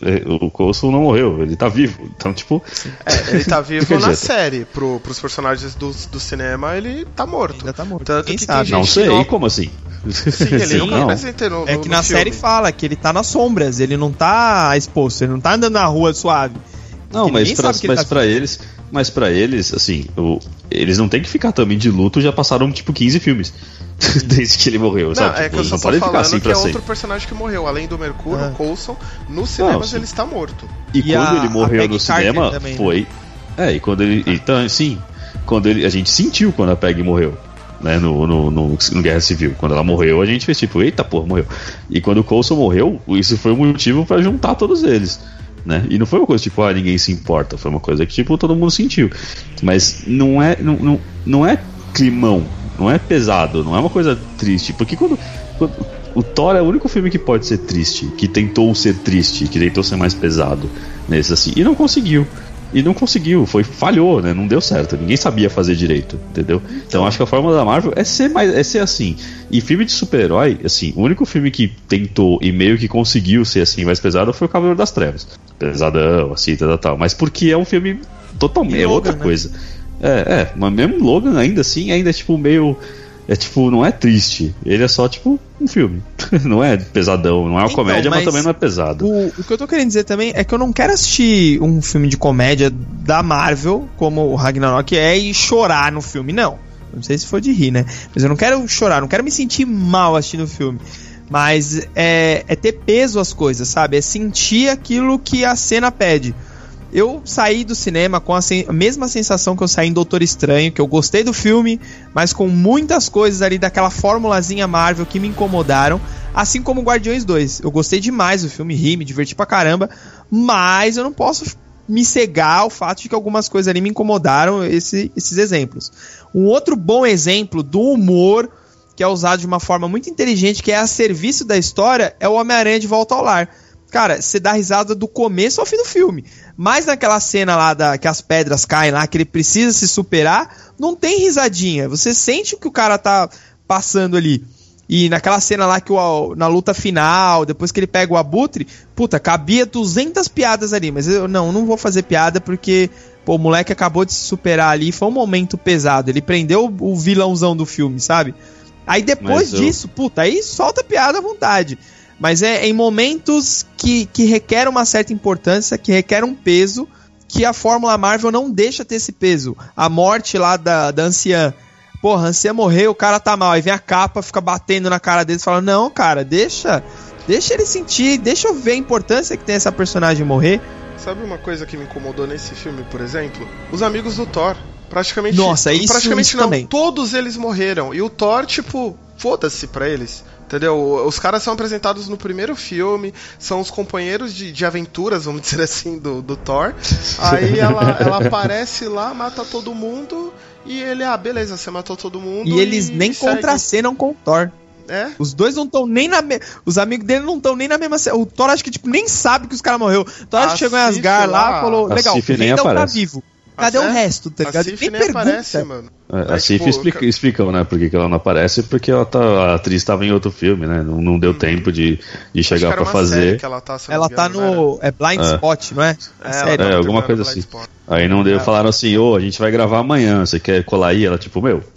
O Coulson não morreu, ele tá vivo. Então, tipo. É, ele tá vivo na série. Pro, pros personagens do, do cinema, ele tá morto. Ainda tá morto. Tanto Quem que sabe? tem não gente sei, não... como assim? Sim, ele Sim, nunca não. apresentou no, É no, que no na filme. série fala que ele tá nas sombras, ele não tá exposto, ele não tá andando na rua suave. Não, mas pra, mas tá pra eles, mas pra eles, assim, o, eles não tem que ficar também de luto, já passaram tipo quinze filmes desde que ele morreu, não, sabe? É tipo, que eu só não tô podem ficar falando assim que pra é sempre. outro personagem que morreu, além do Mercúrio, ah. o Coulson, nos cinemas não, ele está morto. E, e quando a, ele morreu no cinema, também, foi... Né? É, e quando ele... Então, sim, quando ele, a gente sentiu quando a Peggy morreu. Né, no, no, no, no Guerra Civil. Quando ela morreu, a gente fez tipo, eita porra, morreu. E quando o Coulson morreu, isso foi um motivo pra juntar todos eles. Né? E não foi uma coisa tipo, ah, ninguém se importa. Foi uma coisa que tipo, todo mundo sentiu. Mas não é, não, não, não é climão, não é pesado, não é uma coisa triste. Porque quando, quando o Thor é o único filme que pode ser triste, que tentou ser triste, que tentou ser mais pesado nesse assim, e não conseguiu. E não conseguiu, foi, falhou, né? Não deu certo, ninguém sabia fazer direito, entendeu? Então acho que a fórmula da Marvel é ser, mais, é ser assim. E filme de super-herói, assim, o único filme que tentou e meio que conseguiu ser assim mais pesado foi o Cavaleiro das Trevas. Pesadão, assim, tal, tal. Mas porque é um filme totalmente, é outra né? coisa. É, é, mas mesmo Logan ainda assim, ainda é tipo meio... É tipo, não é triste, ele é só tipo um filme. Não é pesadão, não é uma então, comédia, mas, mas também não é pesado. O, o que eu tô querendo dizer também é que eu não quero assistir um filme de comédia da Marvel, como o Ragnarok é, e chorar no filme, não. Não sei se for de rir, né? Mas eu não quero chorar, não quero me sentir mal assistindo o filme. Mas é, é ter peso as coisas, sabe? É sentir aquilo que a cena pede. Eu saí do cinema com a, sen- a mesma sensação que eu saí em Doutor Estranho, que eu gostei do filme, mas com muitas coisas ali daquela formulazinha Marvel que me incomodaram, assim como Guardiões dois. Eu gostei demais do filme, ri, me diverti pra caramba, mas eu não posso me cegar ao fato de que algumas coisas ali me incomodaram, esse, esses exemplos. Um outro bom exemplo do humor, que é usado de uma forma muito inteligente, que é a serviço da história, é o Homem-Aranha de Volta ao Lar. Cara, você dá risada do começo ao fim do filme. Mas naquela cena lá da, que as pedras caem lá, que ele precisa se superar, não tem risadinha. Você sente o que o cara tá passando ali. E naquela cena lá, que o, na luta final, depois que ele pega o abutre, puta, cabia duzentas piadas ali. Mas eu não, não vou fazer piada porque pô, o moleque acabou de se superar ali. Foi um momento pesado. Ele prendeu o, o vilãozão do filme, sabe? Aí depois eu... disso, puta, aí solta piada à vontade. Mas é em momentos que, que requer uma certa importância, que requer um peso, que a Fórmula Marvel não deixa ter esse peso. A morte lá da, da anciã. Porra, a anciã morreu, o cara tá mal. Aí vem a capa, fica batendo na cara dele e fala, não, cara, deixa, deixa ele sentir, deixa eu ver a importância que tem essa personagem morrer. Sabe uma coisa que me incomodou nesse filme, por exemplo? Os amigos do Thor. Praticamente, Nossa, isso, praticamente isso não, também. Todos eles morreram. E o Thor, tipo, foda-se pra eles. Entendeu? Os caras são apresentados no primeiro filme, são os companheiros de, de aventuras, vamos dizer assim, do, do Thor. Aí ela, ela aparece lá, mata todo mundo, e ele, ah, beleza, você matou todo mundo. E eles e nem segue. contracenam com o Thor. É? Os dois não estão nem na me... Os amigos dele não estão nem na mesma. O Thor acho que tipo, nem sabe que os caras morreram. O Thor acho que chegou em Asgard lá, lá falou: legal, o Heimdall tá vivo. Cadê a o resto, tá ligado? A Sif nem, nem aparece, mano. É, a Sif tipo, explica, explicam, né? Por que ela não aparece? Porque ela tá, a atriz estava em outro filme, né? Não, não deu hum. tempo de, de chegar pra fazer. Ela tá, ela tá no. É Blind é. Spot, não é? É, série. é alguma coisa assim. Spot. Aí não deu, é. falaram assim: ô, oh, a gente vai gravar amanhã, você quer colar aí? Ela, tipo, meu,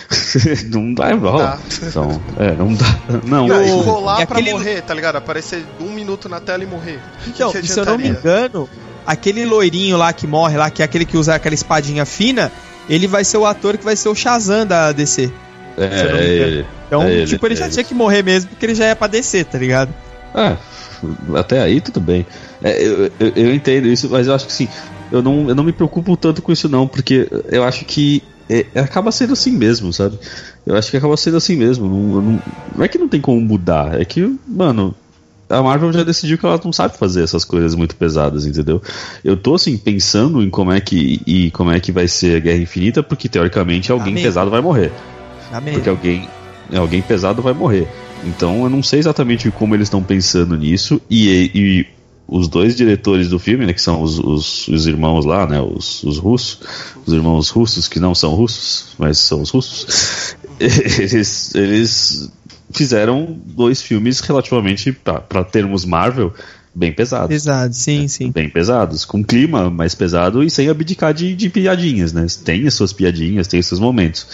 não dá, não dá. Então, é, não dá. Não, não o... colar e pra aquele... morrer, tá ligado? Aparecer um minuto na tela e morrer. Então, que que se eu não me engano. Aquele loirinho lá que morre lá, que é aquele que usa aquela espadinha fina, ele vai ser o ator que vai ser o Shazam da D C. É, é ele. Então, é tipo, ele, ele já é tinha que morrer mesmo, porque ele já é pra D C, tá ligado? Ah, até aí tudo bem. É, eu, eu, eu entendo isso, mas eu acho que sim, eu não, eu não me preocupo tanto com isso não, porque eu acho que é, acaba sendo assim mesmo, sabe? Eu acho que acaba sendo assim mesmo. Não, não, não é que não tem como mudar, é que, mano... A Marvel já decidiu que ela não sabe fazer essas coisas muito pesadas, entendeu? Eu tô, assim, pensando em como é que, e como é que vai ser a Guerra Infinita, porque, teoricamente, alguém Amém. pesado vai morrer. Amém. Porque alguém, alguém pesado vai morrer. Então, eu não sei exatamente como eles estão pensando nisso, e, e os dois diretores do filme, né, que são os, os, os irmãos lá, né, os, os russos, os irmãos russos, que não são russos, mas são os russos, eles... eles fizeram dois filmes relativamente, para termos Marvel, bem pesados. Pesados, sim, sim. Bem pesados, com clima mais pesado e sem abdicar de, de piadinhas, né? Tem as suas piadinhas, tem os seus momentos.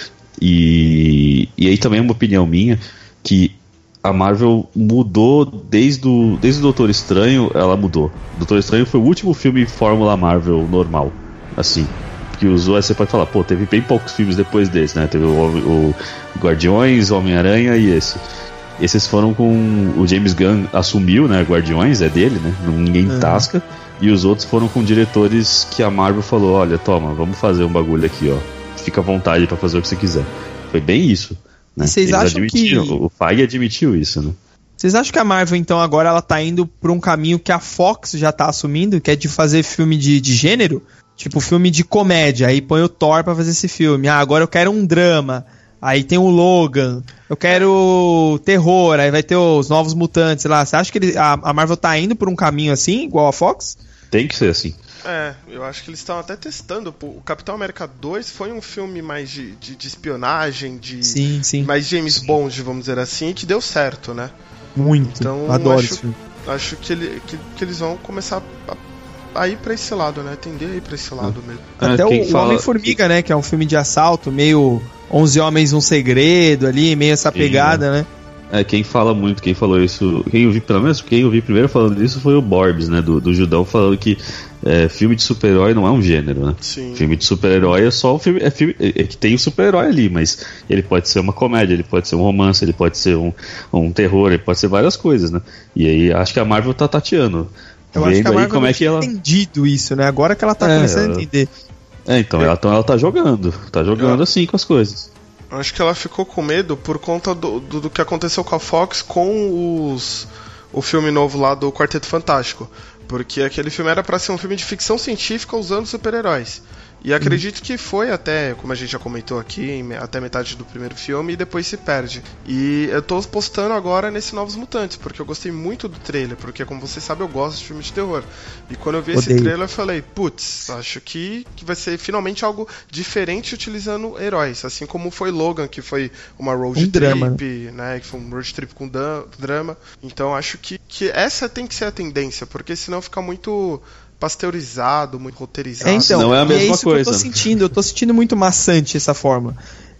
E, e aí também é uma opinião minha, que a Marvel mudou desde o, desde o Doutor Estranho, ela mudou. Doutor Estranho foi o último filme Fórmula Marvel normal, assim... que usou, aí você pode falar, pô, teve bem poucos filmes depois desse, né? Teve o, o Guardiões, o Homem-Aranha e esse. Esses foram com... O James Gunn assumiu, né? Guardiões é dele, né? Ninguém uhum. tasca. E os outros foram com diretores que a Marvel falou, olha, toma, vamos fazer um bagulho aqui, ó. Fica à vontade pra fazer o que você quiser. Foi bem isso. Né? E vocês Eles acham admitiram, que... O Feige admitiu isso, né? Vocês acham que a Marvel, então, agora ela tá indo pra um caminho que a Fox já tá assumindo, que é de fazer filme de, de gênero? Tipo, filme de comédia, aí põe o Thor pra fazer esse filme. Ah, agora eu quero um drama. Aí tem o Logan. Eu quero terror, aí vai ter os Novos Mutantes, sei lá. Você acha que ele, a, a Marvel tá indo por um caminho assim, igual a Fox? Tem que ser assim. É, eu acho que eles estão até testando. O Capitão América dois foi um filme mais de, de, de espionagem, de sim, sim. mais James sim. Bond, vamos dizer assim, que deu certo, né? Muito, então, adoro acho, esse filme. Acho que, ele, que, que eles vão começar a, a ir pra esse lado, né? Tender a ir pra esse lado mesmo. Até Quem o fala... Homem-Formiga, né? Que é um filme de assalto, meio onze Homens, um Segredo ali, meio essa pegada, Sim, né? É, quem fala muito, quem falou isso, quem eu vi, pelo menos quem eu vi primeiro falando isso foi o Borbs, né, do, do Judão, falando que é, filme de super-herói não é um gênero, né? Sim. Filme de super-herói é só um filme, é, filme, é que tem o super-herói ali, mas ele pode ser uma comédia, ele pode ser um romance, ele pode ser um, um terror, ele pode ser várias coisas, né? E aí acho que a Marvel tá tateando. Eu acho que a Marvel como não é que ela... entendido isso, né? Agora que ela tá é, começando ela... a entender. É, então, ela, ela tá jogando, tá jogando Eu... assim com as coisas. Acho que ela ficou com medo por conta do, do, do que aconteceu com a Fox com os, o filme novo lá do Quarteto Fantástico. Porque aquele filme era pra ser um filme de ficção científica usando super-heróis. E acredito que foi até, como a gente já comentou aqui, até metade do primeiro filme e depois se perde. E eu tô postando agora nesse Novos Mutantes, porque eu gostei muito do trailer, porque como você sabe eu gosto de filmes de terror. E quando eu vi Odeio. esse trailer eu falei, putz, acho que, que vai ser finalmente algo diferente utilizando heróis. Assim como foi Logan, que foi uma road um trip, drama. né? Que foi um road trip com drama. Então acho que, que essa tem que ser a tendência, porque senão fica muito... pasteurizado, muito roteirizado. É, então, não é a mesma é isso coisa. Que eu tô sentindo, eu tô sentindo muito maçante essa forma.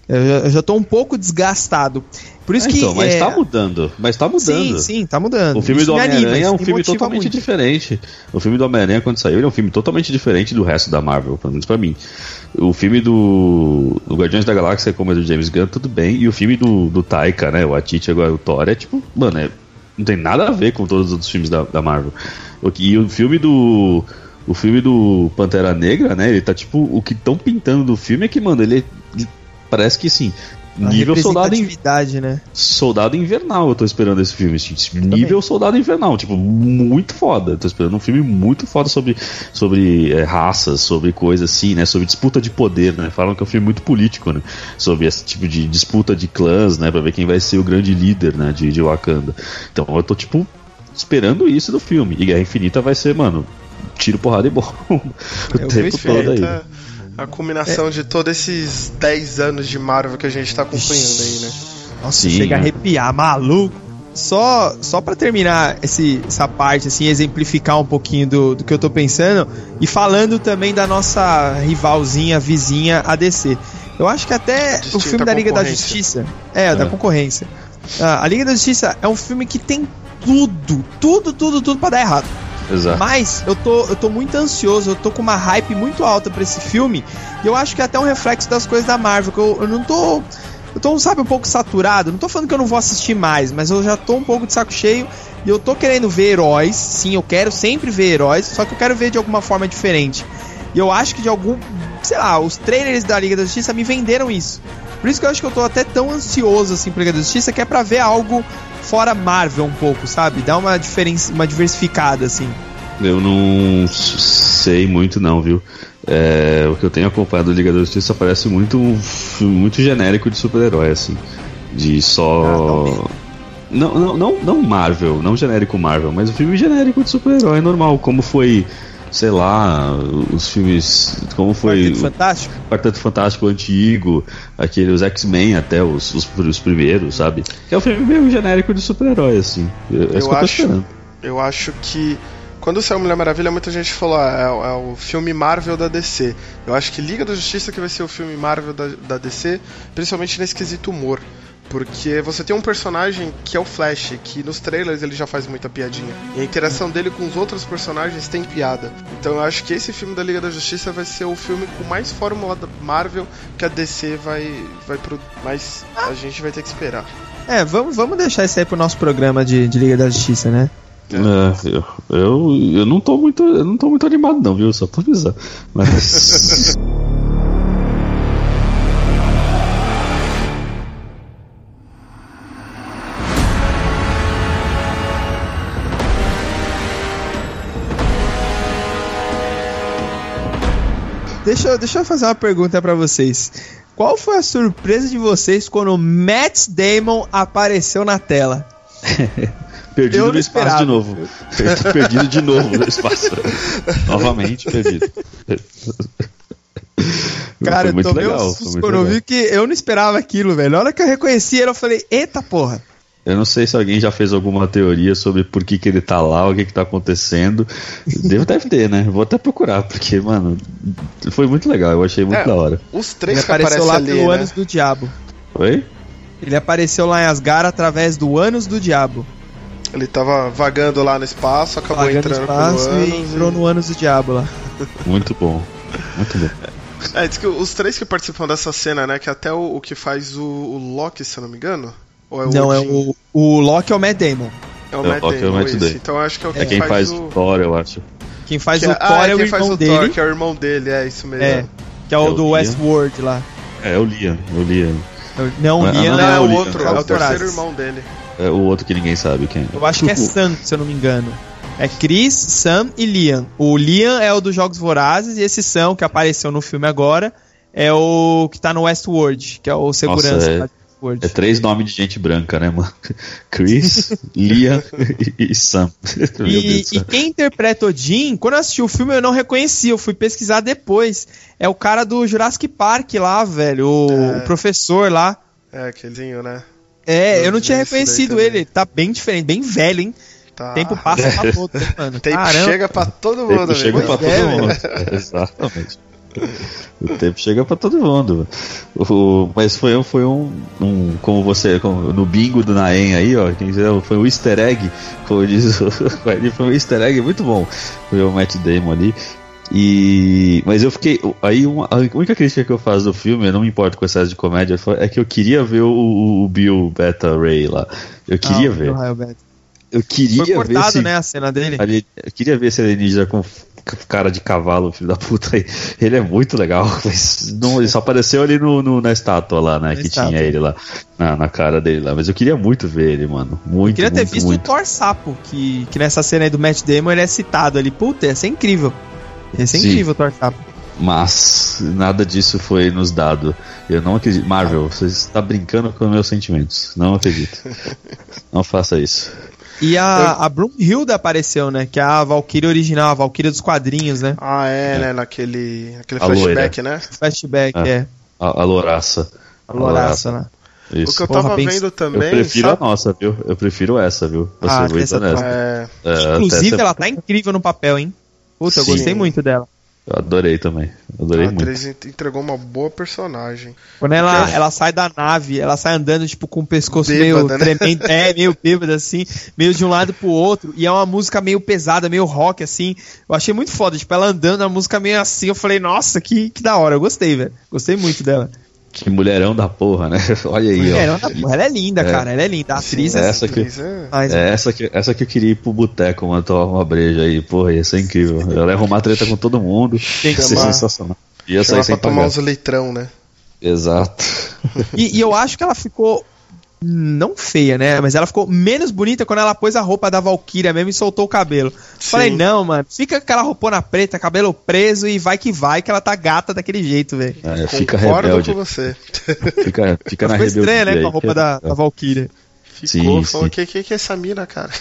Eu já, eu já tô um pouco desgastado. Por isso é, que. Então, mas é... tá mudando. Mas tá mudando. Sim, sim, tá mudando. O filme isso do Homem-Aranha é um filme motiva totalmente muito. diferente. O filme do Homem-Aranha, quando saiu, ele é um filme totalmente diferente do resto da Marvel, pelo menos pra mim. O filme do, do Guardiões da Galáxia, como é do James Gunn, tudo bem. E o filme do, do Taika, né? O Waititi, agora o Thor, é tipo, mano, é, não tem nada a ver com todos os outros filmes da, da Marvel. E o filme do. O filme do Pantera Negra, né? Ele tá tipo. O que estão pintando do filme é que, mano, ele, ele parece que sim. A Nível soldado, in... né? soldado Invernal, eu tô esperando esse filme. Nível Soldado Invernal, tipo, muito foda. Eu tô esperando um filme muito foda sobre, sobre é, raças, sobre coisas assim, né? Sobre disputa de poder, né? Falam que é um filme muito político, né? Sobre esse tipo de disputa de clãs, né? Pra ver quem vai ser o grande líder, né? De, de Wakanda. Então eu tô, tipo, esperando isso do filme. E Guerra Infinita vai ser, mano, tiro, porrada e bomba. O eu tempo todo aí. Tá... A culminação é. de todos esses dez anos de Marvel que a gente tá acompanhando aí, né? Nossa, Sim, chega a arrepiar, maluco. Só, só pra terminar esse, essa parte, assim, exemplificar um pouquinho do, do que eu tô pensando, e falando também da nossa rivalzinha, vizinha, A D C. Eu acho que até o filme da Liga da Justiça... É, é. da concorrência. Ah, a Liga da Justiça é um filme que tem tudo, tudo, tudo, tudo pra dar errado. Exato. Mas eu tô, eu tô muito ansioso, eu tô com uma hype muito alta pra esse filme. E eu acho que é até um reflexo das coisas da Marvel, que eu, eu não tô... Eu tô, sabe, um pouco saturado. Não tô falando que eu não vou assistir mais, mas eu já tô um pouco de saco cheio. E eu tô querendo ver heróis. Sim, eu quero sempre ver heróis, só que eu quero ver de alguma forma diferente. E eu acho que de algum... Sei lá, os trailers da Liga da Justiça me venderam isso. Por isso que eu acho que eu tô até tão ansioso assim pra Liga da Justiça, que é pra ver algo fora Marvel um pouco, sabe? Dar uma, diferença, uma diversificada, assim. Eu não sei muito não, viu? É, o que eu tenho acompanhado do Liga da Justiça parece muito um filme muito genérico de super-herói, assim. De só... Ah, não, não, não, não Marvel, não genérico Marvel, mas um filme genérico de super-herói normal, como foi... Sei lá, os filmes. Como foi. Quarteto Fantástico? Quarteto Fantástico antigo, aquele, os X-Men até, os, os, os primeiros, sabe? Que é um filme meio genérico de super-herói, assim. Eu, eu, acho, eu acho que. Quando saiu Mulher Maravilha, muita gente falou: ah, é, é o filme Marvel da D C. Eu acho que Liga da Justiça que vai ser o filme Marvel da, da D C, principalmente nesse quesito humor. Porque você tem um personagem que é o Flash, que nos trailers ele já faz muita piadinha. E a interação dele com os outros personagens tem piada. Então eu acho que esse filme da Liga da Justiça vai ser o filme com mais fórmula da Marvel que a D C vai, vai pro... Mas a gente vai ter que esperar. É, vamos, vamos deixar isso aí pro nosso programa de, de Liga da Justiça, né? É, eu, eu, eu não tô muito. Eu não tô muito animado não, viu? Só pra avisar. Mas. Deixa, deixa eu fazer uma pergunta pra vocês. Qual foi a surpresa de vocês quando o Matt Damon apareceu na tela? Perdido no espaço esperava. de novo. Perdido de novo no espaço. Novamente perdido. Cara, eu tomei um susto quando eu vi que eu não esperava aquilo, velho. Na hora que eu reconheci ele, eu falei, eita porra. Eu não sei se alguém já fez alguma teoria sobre por que, que ele tá lá, o que que tá acontecendo. Deve, deve ter, né? Vou até procurar, porque, mano, foi muito legal, eu achei muito é, da hora. Os três ele que apareceu lá ali, pelo né? Anos do Diabo. Oi? Ele apareceu lá em Asgard através do Anos do Diabo. Ele tava vagando lá no espaço, acabou vagando entrando no espaço pelo e Anos entrou e... no Anos do Diabo lá. Muito bom, muito bom. É, diz que os três que participam dessa cena, né, que até o, o que faz o, o Loki, se eu não me engano... Ou é o não, Odin? é o, o Loki é o Matt Damon. É o Matt Damon, é o Matt Damon. Então eu acho que é o que é quem faz, faz o Thor, eu acho. Quem faz que o é, Thor ah, é, é o quem irmão faz o dele. Thor, que é o irmão dele, é isso mesmo. É, que é o é do o Westworld lá. É, o Liam, o Liam. Não, o Liam não, não, é é o o outro, é o terceiro irmão dele. É o outro que ninguém sabe quem é. Eu acho que é Sam, se eu não me engano. É Chris, Sam e Liam. O Liam é o dos Jogos Vorazes e esse Sam, que apareceu no filme agora, é o que tá no Westworld, que é o segurança. Nossa, é... É três nomes de gente branca, né, mano? Chris, Liam e, e Sam. E, e quem interpreta o Jim, quando eu assisti o filme eu não reconheci, eu fui pesquisar depois. É o cara do Jurassic Park lá, velho, o, é. o professor lá. É, aquelinho, né? É, eu, eu não tinha reconhecido ele, tá bem diferente, bem velho, hein? Tá. Tempo passa pra todo, hein, mano? Tempo Caramba. chega pra todo mundo, Tempo chega pra todo é, mundo. É, exatamente. O tempo chega pra todo mundo. O, mas foi, um, foi um, um. Como você. Como, no bingo do Naem aí, ó. Quem dizer, foi um easter egg. Como diz, foi um easter egg muito bom. Foi o Matt Damon ali. E. Mas eu fiquei. Aí uma, a única crítica que eu faço do filme, eu não me importo com excesso de comédia, é que eu queria ver o, o Bill Beta Ray lá. Eu queria ah, ver. Eu queria foi cortado, ver. Se, né, a cena dele. Ali, eu queria ver esse alienígena com cara de cavalo, filho da puta. Ele é muito legal, mas não, ele só apareceu ali no, no, na estátua lá, né? Na que estátua. Tinha ele lá, na, na cara dele lá. Mas eu queria muito ver ele, mano. Muito, eu queria ter muito, visto muito. o Thor Sapo, que, que nessa cena aí do Matt Damon ele é citado ali. Puta, ia ser incrível. Ia ser Sim. incrível o Thor Sapo. Mas nada disso foi nos dado. Eu não acredito. Marvel, você está brincando com meus sentimentos. Não acredito. Não faça isso. E a, a Brunhilde apareceu, né? Que é a Valkyria original, a Valkyria dos quadrinhos, né? Ah, é, é. né? Naquele, naquele flashback, né? Flashback, é. é. A, a Louraça. A Louraça, né? Isso. O que eu tava Porra, vendo bem... também... Eu prefiro sabe? a nossa, viu? Eu prefiro essa, viu? Você ah, essa é... É, Inclusive, ela tá incrível no papel, hein? Puta, Sim. eu gostei muito dela. Eu adorei também. Adorei a atriz muito. entregou uma boa personagem. Quando ela, Porque... ela sai da nave, ela sai andando tipo com o pescoço bêbada, meio né? tremendo, é, meio bêbado assim, meio de um lado pro outro, e é uma música meio pesada, meio rock assim. Eu achei muito foda, tipo, ela andando, a música meio assim, eu falei, nossa, que, que da hora, eu gostei, velho. Gostei muito dela. Que mulherão da porra, né? Olha aí, mulherão ó. Da porra. Ela é linda, é. cara. Ela é linda. A atriz é é essa que, é, é essa que essa que eu queria ir pro boteco, mano, tomar uma breja aí. Porra, ia ser incrível. Ela ia arrumar treta com todo mundo. Tem que ser chamar, sensacional. Ia sair sem pra tomar uns litrão, né? Exato. E, e eu acho que ela ficou não feia, né? Mas ela ficou menos bonita quando ela pôs a roupa da Valkyria mesmo e soltou o cabelo. Sim. Falei, não, mano, fica com aquela roupona preta, cabelo preso e vai que vai, que ela tá gata daquele jeito, velho. É, fica Concordo rebelde. com você. Fica, fica na rebeldia. Ficou estranha, né, aí. com a roupa da, da Valkyria. Ficou, sim, falou, o que, que, que é essa mina, cara?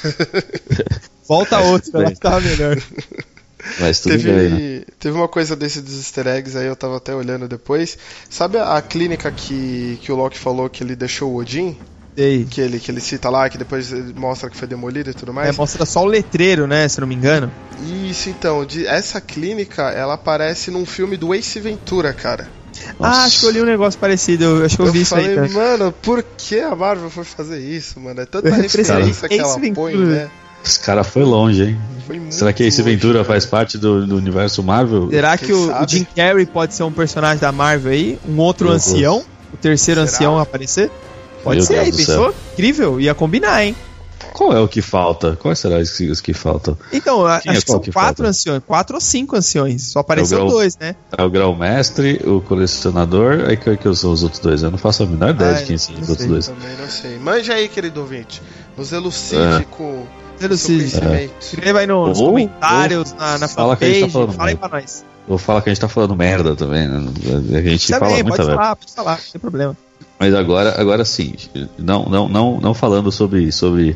Volta outra, ela tava melhor. Mas tudo teve, bem, né? teve uma coisa desse dos easter eggs aí, eu tava até olhando depois. Sabe a, a clínica que, que o Loki falou que ele deixou o Odin? Sei. Que ele, que ele cita lá, que depois mostra que foi demolida e tudo mais. É, mostra só o letreiro, né, se não me engano. Isso, então, de, essa clínica, ela aparece num filme do Ace Ventura, cara. Nossa. Ah, acho que eu li um negócio parecido, eu acho que eu, eu vi falei, isso aí, cara. Mano, por que a Marvel foi fazer isso, mano? É tanta referência que ela põe, né? Esse cara foi longe, hein? Foi Será que Ace Ventura faz parte do, do universo Marvel? Será que o, o Jim Carrey pode ser um personagem da Marvel aí? Um outro Meu ancião? Deus. O terceiro Será? ancião aparecer? Pode Meu ser, aí, pensou? Incrível, ia combinar, hein? Qual é o que falta? Quais serão os que, os que faltam? Então, Quem acho é que são que quatro falta? anciões, quatro ou cinco anciões, só apareceram é dois, né? É o grão-mestre, o colecionador, aí que, que são os outros dois? Eu não faço a menor ideia ah, de quem são os sei, outros dois. Também não sei. Manja aí, querido ouvinte, nos elucide é. com Elucide. É. Escreva aí no, nos ou, comentários, ou na, na fala fanpage, tá fala aí pra nós. Ou fala que a gente tá falando merda também, né? A gente Também, fala muita pode merda. falar, pode falar, não tem problema. Mas agora, agora sim, não, não, não, não falando sobre, sobre,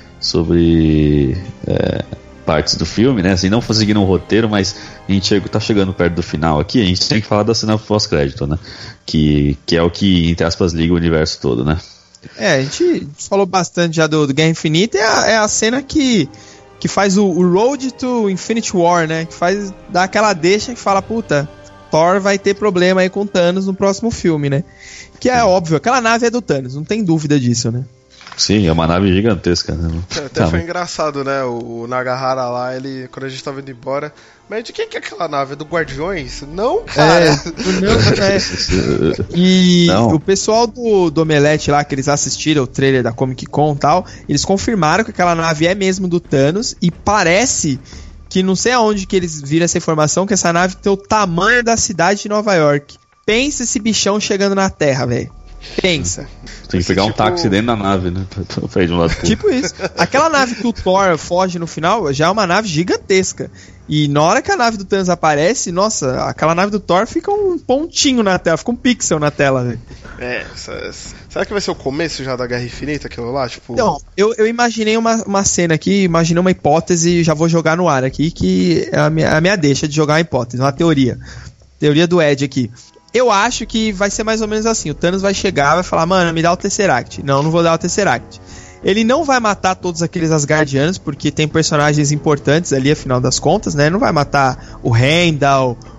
sobre é, partes do filme, né? Assim, não seguindo um roteiro, mas a gente chega, tá chegando perto do final aqui, a gente tem que falar da cena pós-crédito, né? Que, que é o que, entre aspas, liga o universo todo, né? É, a gente falou bastante já do, do Guerra Infinita, é a, é a cena que, que faz o, o Road to Infinity War, né? Que faz, dá aquela deixa que fala, puta, Thor vai ter problema aí com Thanos no próximo filme, né? Que é óbvio, aquela nave é do Thanos, não tem dúvida disso, né? Sim, é uma nave gigantesca, né? Até tá, foi mas... engraçado, né? O Nagahara lá, ele, quando a gente tava indo embora, mas de quem que é aquela nave? É do Guardiões? Não, cara! É, não, é. E não. O pessoal do, do Omelete lá, que eles assistiram o trailer da Comic Con e tal, eles confirmaram que aquela nave é mesmo do Thanos e parece que não sei aonde que eles viram essa informação, que essa nave tem o tamanho da cidade de Nova York. Pensa esse bichão chegando na Terra, velho. Pensa. Tem que pegar um tipo... táxi dentro da nave, né? Pra ir de um lado pro Tipo isso. Aquela nave que o Thor foge no final já é uma nave gigantesca. E na hora que a nave do Thanos aparece, nossa, aquela nave do Thor fica um pontinho na tela, fica um pixel na tela, velho. É, será que vai ser o começo já da Guerra Infinita, aquilo lá? Tipo... Então, eu, eu imaginei uma, uma cena aqui, imaginei uma hipótese e já vou jogar no ar aqui, que é a minha, a minha deixa de jogar uma hipótese, uma teoria. Teoria do Ed aqui. Eu acho que vai ser mais ou menos assim. O Thanos vai chegar, vai falar, mano, me dá o Tesseract. Não, não vou dar o Tesseract. Ele não vai matar todos aqueles Asgardianos, porque tem personagens importantes ali, afinal das contas, né? Não vai matar o Heimdall,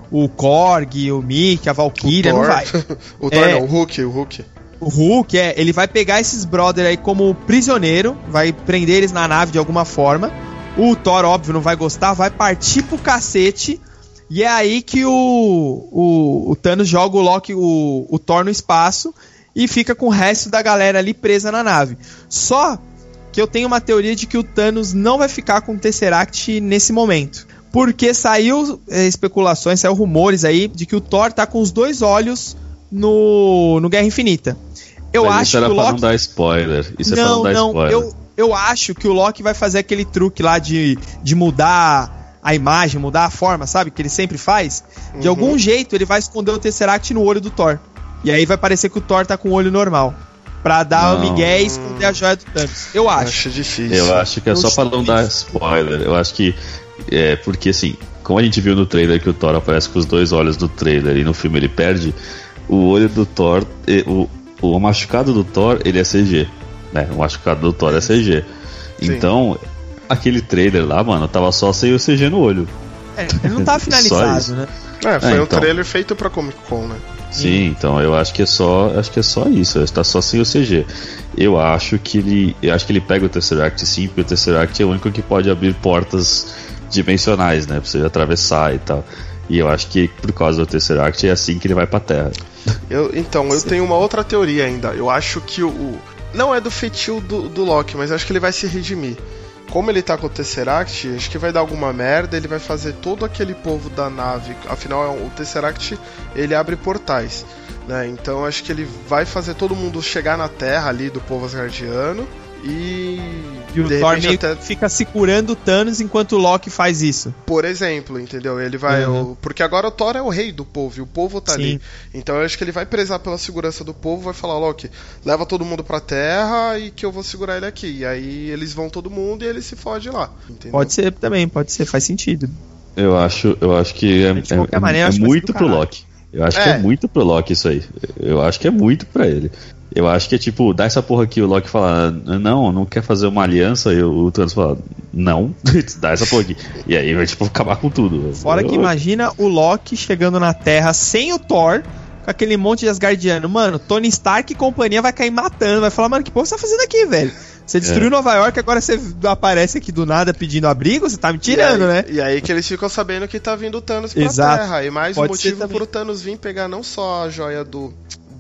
o Korg, o Mickey, a Valkyria, não vai. O Thor é, não, o Hulk, o Hulk. O Hulk, é, ele vai pegar esses brother aí como prisioneiro, vai prender eles na nave de alguma forma. O Thor, óbvio, não vai gostar, vai partir pro cacete. E é aí que o, o, o Thanos joga o Loki, o, o Thor no espaço e fica com o resto da galera ali presa na nave. Só que eu tenho uma teoria de que o Thanos não vai ficar com o Tesseract nesse momento. Porque saiu é, especulações, saiu rumores aí de que o Thor tá com os dois olhos no, no Guerra Infinita. Eu Mas acho isso era que o pra Loki... não dar spoiler. Isso não, é pra não dar não, spoiler. Eu, eu acho que o Loki vai fazer aquele truque lá de, de mudar a imagem, mudar a forma, sabe? Que ele sempre faz. De uhum. algum jeito ele vai esconder o Tesseract no olho do Thor. E aí vai parecer que o Thor tá com o olho normal. Pra dar não. o migué e esconder a joia do Thanos. Eu acho. Acho difícil. Eu acho que é eu só pra não dar spoiler. Eu acho que... É, porque assim, como a gente viu no trailer que o Thor aparece com os dois olhos do trailer e no filme ele perde, o olho do Thor... O, o machucado do Thor, ele é C G. Né? O machucado do Thor é C G. Sim. Então, aquele trailer lá, mano, tava só sem o C G no olho. É, ele não tá finalizado, né? É, foi é, um então... trailer feito pra Comic Con, né? Sim, então eu acho que é só, acho que é só isso, está só sem o C G. Eu acho que ele, eu acho que ele pega o Tesseract sim, porque o Tesseract é o único que pode abrir portas dimensionais, né, pra você atravessar e tal. E eu acho que por causa do Tesseract é assim que ele vai pra Terra. Eu, então, eu sim. tenho uma outra teoria ainda. Eu acho que o, o não é do feitio do, do Loki, mas eu acho que ele vai se redimir. Como ele tá com o Tesseract, acho que vai dar alguma merda, ele vai fazer todo aquele povo da nave, afinal o Tesseract, ele abre portais, né? Então acho que ele vai fazer todo mundo chegar na Terra ali do povo asgardiano e... E o Thor meio até... fica segurando o Thanos enquanto o Loki faz isso. Por exemplo, entendeu? Ele vai... Uhum. O... Porque agora o Thor é o rei do povo e o povo tá Sim. ali. Então eu acho que ele vai prezar pela segurança do povo, vai falar, Loki, leva todo mundo pra Terra e que eu vou segurar ele aqui. E aí eles vão todo mundo e ele se fode lá. Entendeu? Pode ser também, pode ser, faz sentido. Eu acho, eu acho que é, é, maneira, é muito pro Loki. Eu acho é. que é muito pro Loki isso aí. Eu acho que é muito pra ele. Eu acho que é tipo, dá essa porra aqui, o Loki fala, não, não quer fazer uma aliança, e o Thanos fala, não, dá essa porra aqui. E aí vai tipo acabar com tudo. Fora eu... que imagina o Loki chegando na Terra sem o Thor, com aquele monte de Asgardiano. Mano, Tony Stark e companhia vai cair matando, vai falar, mano, que porra você tá fazendo aqui, velho? Você destruiu é. Nova York, agora você aparece aqui do nada pedindo abrigo, você tá me tirando, e aí, né? E aí que eles ficam sabendo que tá vindo o Thanos pra Exato. Terra. E mais Pode um motivo pro Thanos vir pegar não só a joia do,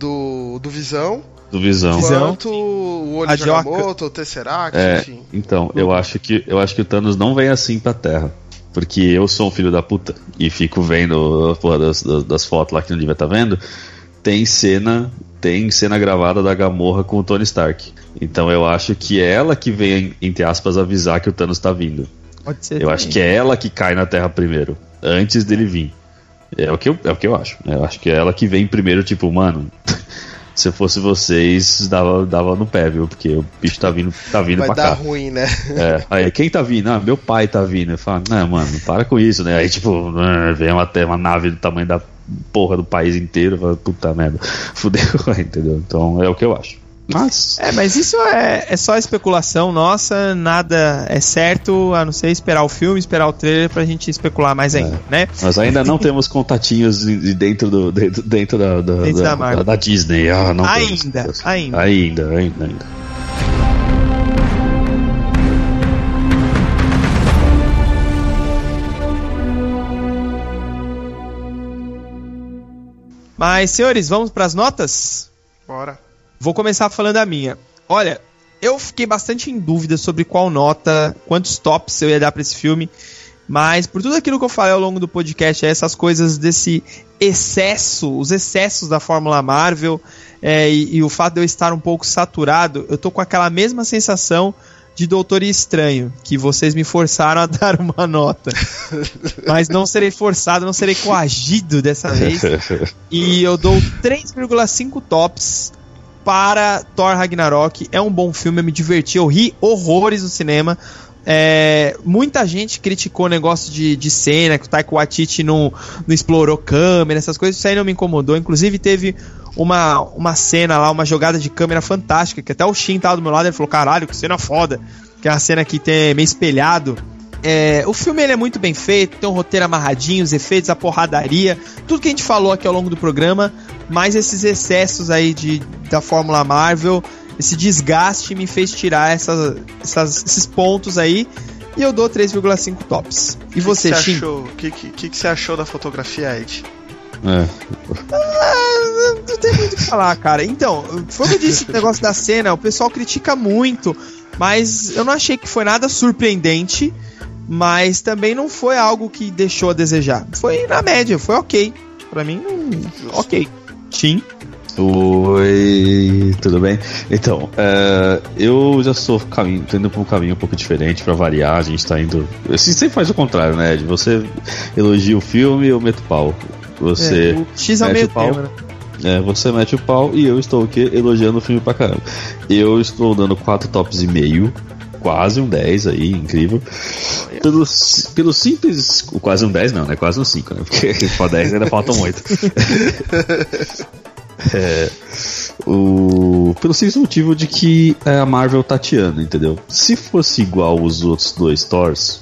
do, do Visão, do Visão, quanto o olho de Agamotto, o Tesseract, é, enfim. Então, eu acho, que, eu acho que o Thanos não vem assim pra Terra. Porque eu sou um filho da puta e fico vendo a porra das, das, das fotos lá que não devia estar vendo. Tem cena, tem cena gravada da Gamorra com o Tony Stark. Então eu acho que é ela que vem, entre aspas, avisar que o Thanos tá vindo. Pode ser eu também. Acho que é ela que cai na Terra primeiro, antes dele vir. É o que eu, é o que eu acho. Eu acho que é ela que vem primeiro, tipo, mano... Se eu fosse vocês, dava, dava no pé, viu? Porque o bicho tá vindo, tá vindo Vai pra cá. Vai dar ruim, né? É. Aí, quem tá vindo? Ah, meu pai tá vindo. Eu falo, não, mano, para com isso, né? Aí, tipo, vem uma, uma nave do tamanho da porra do país inteiro. Eu falo, puta merda, fudeu, entendeu? Então, é o que eu acho. Mas... É, mas isso é, é só especulação nossa, nada é certo, a não ser esperar o filme, esperar o trailer pra gente especular mais ainda, é. né? Nós ainda não temos contatinhos de dentro, do, dentro, dentro, da, da, dentro da, da, da, da Disney. Ah, não ainda, temos. ainda, ainda. Ainda, ainda. Mas, senhores, vamos pras notas? Bora. Vou começar falando a minha. Olha, eu fiquei bastante em dúvida sobre qual nota, quantos tops eu ia dar pra esse filme, mas por tudo aquilo que eu falei ao longo do podcast, essas coisas desse excesso, os excessos da Fórmula Marvel, é, e, e o fato de eu estar um pouco saturado, eu tô com aquela mesma sensação de Doutor Estranho, que vocês me forçaram a dar uma nota. Mas não serei forçado, não serei coagido dessa vez. E eu dou três vírgula cinco tops para Thor Ragnarok. É um bom filme, eu me diverti, eu ri horrores no cinema. É, muita gente criticou o negócio de, de cena, que o Taika Waititi não, não explorou câmera, essas coisas, isso aí não me incomodou. Inclusive teve uma, uma cena lá, uma jogada de câmera fantástica, que até o Shin tava do meu lado, ele falou, caralho, que cena foda. Que é a cena que tem meio espelhado é, o filme ele é muito bem feito, tem um roteiro amarradinho, os efeitos, a porradaria, tudo que a gente falou aqui ao longo do programa, mas esses excessos aí de, da Fórmula Marvel, esse desgaste me fez tirar essas, essas, esses pontos aí, e eu dou três vírgula cinco tops. E que você, Shin? O que, que, que você achou da fotografia, Ed? É. Ah, não tem muito o que falar, cara. Então, foi o que eu disse, o negócio da cena, o pessoal critica muito, mas eu não achei que foi nada surpreendente, mas também não foi algo que deixou a desejar. Foi na média, foi ok. Pra mim, não... ok. Shin? Oi, tudo bem? Então, é, eu já estou caminho, indo para um caminho um pouco diferente para variar. A gente tá indo. Você sempre faz o contrário, né, Ed? Você elogia o filme, eu meto pau. Você. É, o X é o meio tema, né? É, você mete o pau e eu estou aqui elogiando o filme pra caramba. Eu estou dando quatro tops e meio, quase um dez aí, incrível. Pelo, pelo simples. Quase um dez não, né? Quase um cinco, né? Porque para dez ainda faltam oito. É, o, pelo simples motivo de que a Marvel tá tateando, entendeu? Se fosse igual os outros dois Thors,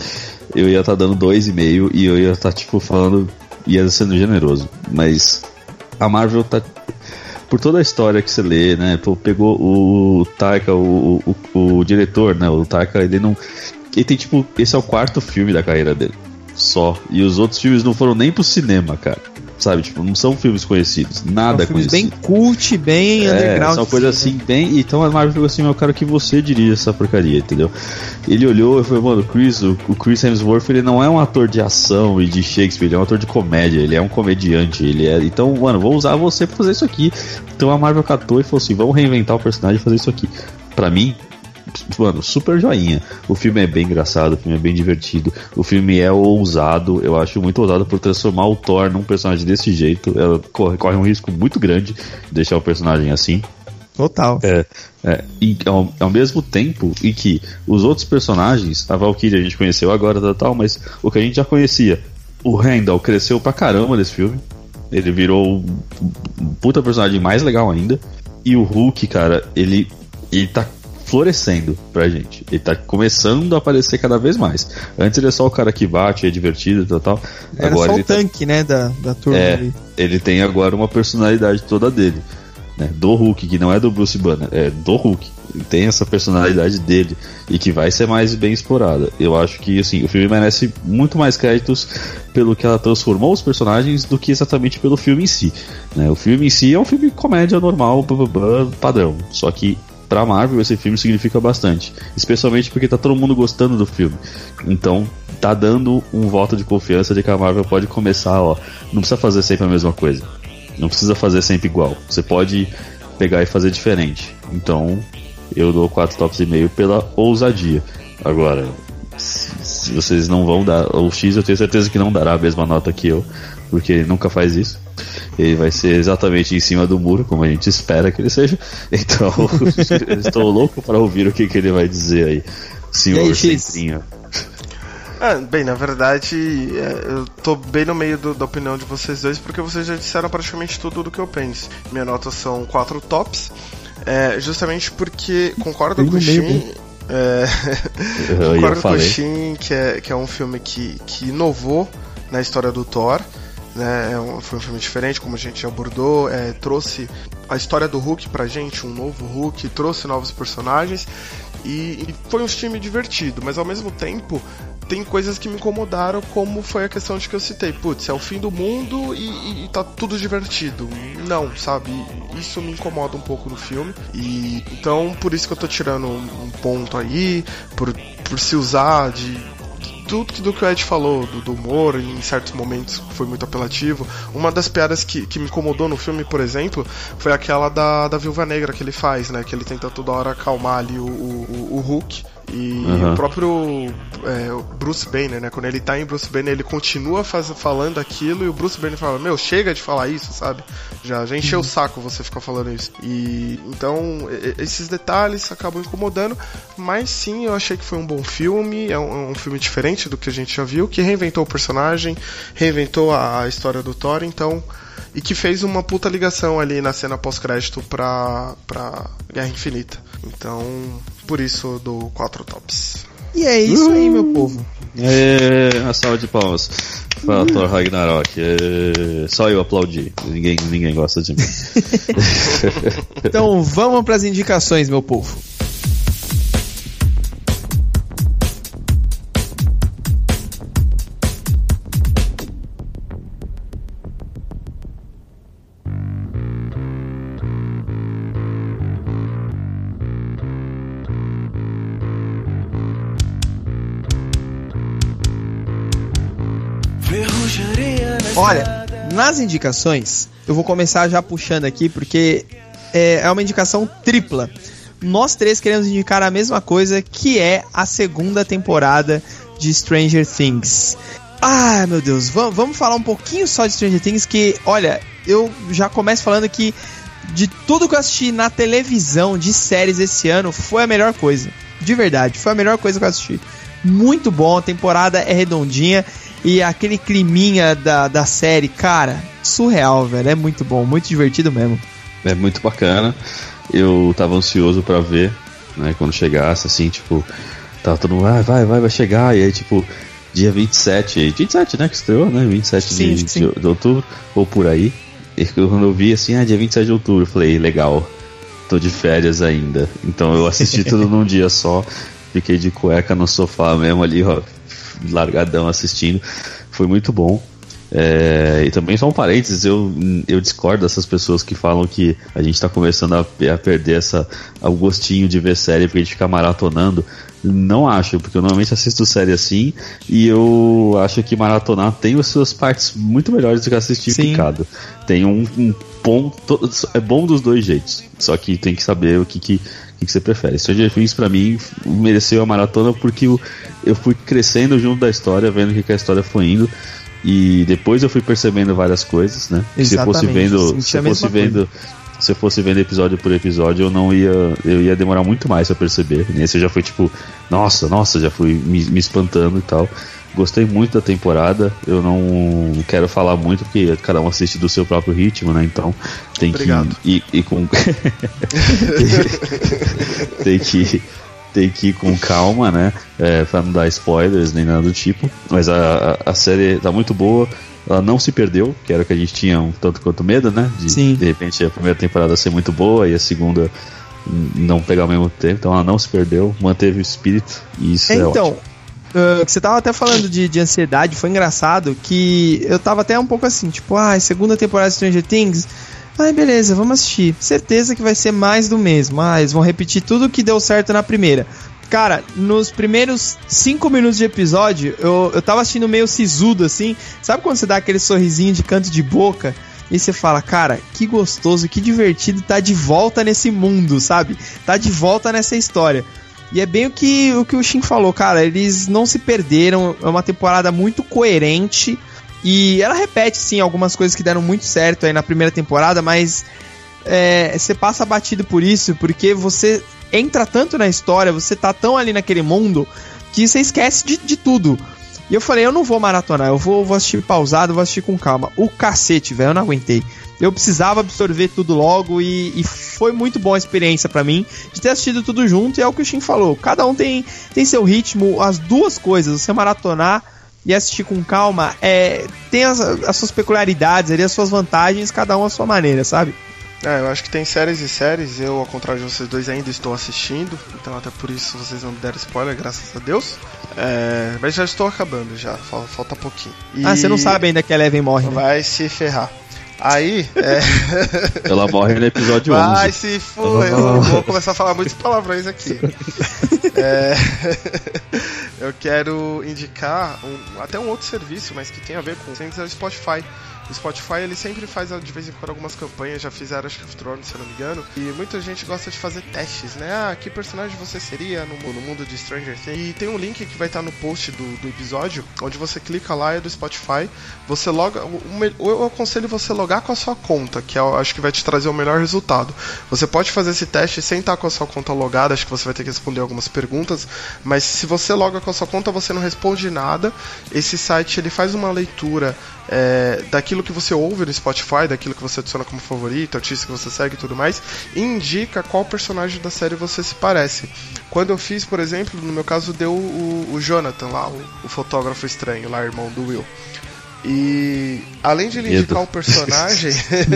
eu ia estar tá dando dois e meio e eu ia estar tá, tipo falando, ia sendo generoso. Mas a Marvel tá, por toda a história que você lê, né? Pô, pegou o Taika, o, o, o, o diretor, né? O Taika, ele não, ele tem tipo, esse é o quarto filme da carreira dele, só. E os outros filmes não foram nem pro cinema, cara. Sabe, tipo, não são filmes conhecidos, nada são filmes conhecido. Bem cult, bem é, underground. São coisas assim, bem. Então a Marvel falou assim: eu quero que você dirija essa porcaria, entendeu? Ele olhou e falou: mano, o Chris, o, o Chris Hemsworth, ele não é um ator de ação e de Shakespeare, ele é um ator de comédia, ele é um comediante, ele é. Então, mano, vou usar você pra fazer isso aqui. Então a Marvel catou e falou assim: vamos reinventar o personagem e fazer isso aqui. Pra mim, mano, super joinha. O filme é bem engraçado, o filme é bem divertido, o filme é ousado, eu acho muito ousado por transformar o Thor num personagem desse jeito. Ela corre, corre um risco muito grande de deixar o personagem assim. Total. É, é, e ao, ao mesmo tempo em que os outros personagens, a Valkyrie a gente conheceu agora, tal, tal, mas o que a gente já conhecia, o Heimdall cresceu pra caramba nesse filme. Ele virou um, um puta personagem mais legal ainda. E o Hulk, cara, ele, ele tá florescendo pra gente. Ele tá começando a aparecer cada vez mais. Antes ele é só o cara que bate, é divertido e tal, tal. Era agora só ele o tanque, tá... né, da, da turma é, ali. Ele tem agora uma personalidade toda dele, né, do Hulk, que não é do Bruce Banner, é do Hulk. Ele tem essa personalidade dele e que vai ser mais bem explorada. Eu acho que, assim, o filme merece muito mais créditos pelo que ela transformou os personagens do que exatamente pelo filme em si, né? O filme em si é um filme comédia normal, padrão, só que pra Marvel esse filme significa bastante, especialmente porque tá todo mundo gostando do filme. Então tá dando um voto de confiança de que a Marvel pode começar, ó, não precisa fazer sempre a mesma coisa, não precisa fazer sempre igual, você pode pegar e fazer diferente. Então eu dou quatro tops e meio pela ousadia. Agora, se vocês não vão dar o X, eu tenho certeza que não dará a mesma nota que eu, porque ele nunca faz isso. Ele vai ser exatamente em cima do muro, como a gente espera que ele seja. Então, eu estou louco para ouvir o que, que ele vai dizer aí, senhor Centrinho. Ah, bem, na verdade, eu tô bem no meio do, da opinião de vocês dois, porque vocês já disseram praticamente tudo do que eu penso. Minha nota são quatro tops, é, justamente porque concordo com o Shin. É, concordo com o Shin, que é, que é um filme que, que inovou na história do Thor. Né, foi um filme diferente, como a gente abordou, é, trouxe a história do Hulk pra gente, um novo Hulk, trouxe novos personagens e, e foi um filme divertido, mas ao mesmo tempo tem coisas que me incomodaram, como foi a questão de que eu citei, putz, é o fim do mundo e, e, e tá tudo divertido. Não, sabe, isso me incomoda um pouco no filme, e então por isso que eu tô tirando um, um ponto aí, por, por se usar de tudo do que o Ed falou, do, do humor, em certos momentos foi muito apelativo. Uma das piadas que, que me incomodou no filme, por exemplo, foi aquela da, da Viúva Negra que ele faz, né? Que ele tenta toda hora acalmar ali o, o, o Hulk. E uhum. o próprio é, Bruce Banner, né? Quando ele tá em Bruce Banner, ele continua faz, falando aquilo, e o Bruce Banner fala, meu, chega de falar isso, sabe? Já, já encheu uhum. o saco você ficar falando isso. E então, esses detalhes acabam incomodando, mas sim, eu achei que foi um bom filme, é um, um filme diferente do que a gente já viu, que reinventou o personagem, reinventou a, a história do Thor, então... E que fez uma puta ligação ali na cena pós-crédito pra, pra Guerra Infinita. Então, por isso eu dou quatro tops. E é isso uh! aí, meu povo. É, uma salva de palmas para Thor Ragnarok. É, só eu aplaudi. Ninguém, ninguém gosta de mim. Então vamos para as indicações, meu povo. Olha, nas indicações, eu vou começar já puxando aqui, porque é, é uma indicação tripla. Nós três queremos indicar a mesma coisa, que é a segunda temporada de Stranger Things. Ah, meu Deus, vamos, vamos falar um pouquinho só de Stranger Things, que, olha, eu já começo falando que de tudo que eu assisti na televisão de séries esse ano, foi a melhor coisa. De verdade, foi a melhor coisa que eu assisti. Muito bom, a temporada é redondinha. E aquele climinha da, da série, cara, surreal, velho. É muito bom, muito divertido mesmo. É muito bacana. Eu tava ansioso pra ver, né, quando chegasse, assim, tipo, tava todo mundo, ah, vai, vai, vai chegar. E aí, tipo, dia vinte e sete, vinte e sete, né, que estreou, né, vinte e sete sim, de, sim. de outubro, ou por aí. E quando eu vi, assim, ah, dia vinte e sete de outubro, eu falei, legal, tô de férias ainda. Então eu assisti tudo num dia só, fiquei de cueca no sofá mesmo ali, ó, largadão assistindo, foi muito bom. É, e também só um parênteses, eu, eu discordo dessas pessoas que falam que a gente tá começando a, a perder essa, o gostinho de ver série porque a gente fica maratonando. Não acho, porque eu normalmente assisto série assim e eu acho que maratonar tem as suas partes muito melhores do que assistir Sim. picado. Tem um, um ponto, é bom dos dois jeitos, só que tem que saber o que que O que você prefere? Stranger Things pra mim mereceu a maratona porque eu, eu fui crescendo junto da história, vendo o que, que a história foi indo, e depois eu fui percebendo várias coisas, né? Exatamente. Se eu fosse vendo, se eu fosse vendo, se eu fosse vendo episódio por episódio, eu não ia, eu ia demorar muito mais pra perceber. Nesse eu já fui tipo, nossa, nossa, já fui me, me espantando e tal. Gostei muito da temporada. Eu não quero falar muito porque cada um assiste do seu próprio ritmo, né? Então tem Obrigado. que ir, ir com tem que tem que ir com calma, né? É, pra não dar spoilers nem nada do tipo. Mas a, a, a série tá muito boa. Ela não se perdeu, que era o que a gente tinha um tanto quanto medo, né? De Sim. de repente a primeira temporada ser muito boa e a segunda não pegar ao mesmo tempo. Então ela não se perdeu, manteve o espírito e isso é, é então, ótimo. Uh, você tava até falando de, de ansiedade, foi engraçado que eu tava até um pouco assim, tipo, ah, segunda temporada de Stranger Things, ai beleza, vamos assistir, certeza que vai ser mais do mesmo, ah, eles vão repetir tudo que deu certo na primeira. Cara, nos primeiros cinco minutos de episódio, eu, eu tava assistindo meio sisudo assim, sabe quando você dá aquele sorrisinho de canto de boca? E você fala, cara, que gostoso, que divertido, tá de volta nesse mundo, sabe? Tá de volta nessa história. E é bem o que o, que o Shin falou, cara, eles não se perderam, é uma temporada muito coerente e ela repete, sim, algumas coisas que deram muito certo aí na primeira temporada, mas é, você passa batido por isso, porque você entra tanto na história, você tá tão ali naquele mundo, que você esquece de, de tudo. E eu falei, eu não vou maratonar, eu vou, vou assistir pausado, vou assistir com calma. O cacete, velho, eu não aguentei. Eu precisava absorver tudo logo e, e foi muito boa a experiência pra mim de ter assistido tudo junto. E é o que o Shin falou, cada um tem, tem seu ritmo, as duas coisas, você maratonar e assistir com calma, é, tem as, as suas peculiaridades ali, as suas vantagens, cada um à sua maneira, sabe? É, eu acho que tem séries e séries, eu, ao contrário de vocês dois, ainda estou assistindo, então até por isso vocês não me deram spoiler, graças a Deus. É, mas já estou acabando, já, falta, falta pouquinho. E ah, você não sabe ainda que a Eleven morre, né? Vai se ferrar. Aí, é... Ela morre no episódio onze. Vai se for, eu vou começar a falar muitos palavrões aqui. é... Eu quero indicar um, até um outro serviço, mas que tem a ver com o Spotify. O Spotify, ele sempre faz de vez em quando algumas campanhas, já fizeram acho que of Thrones, se eu não me engano, e muita gente gosta de fazer testes, né? Ah, que personagem você seria no, no mundo de Stranger Things? E tem um link que vai estar no post do, do episódio, onde você clica lá, é do Spotify, você loga, eu aconselho você logar com a sua conta, que eu acho que vai te trazer o melhor resultado. Você pode fazer esse teste sem estar com a sua conta logada, acho que você vai ter que responder algumas perguntas, mas se você loga com a sua conta, você não responde nada. Esse site, ele faz uma leitura é, daquilo daquilo que você ouve no Spotify, daquilo que você adiciona como favorito, artista que você segue e tudo mais, e indica qual personagem da série você se parece. Quando eu fiz, por exemplo, no meu caso deu o, o Jonathan lá, o, o fotógrafo estranho lá, irmão do Will. E além de ele indicar o personagem,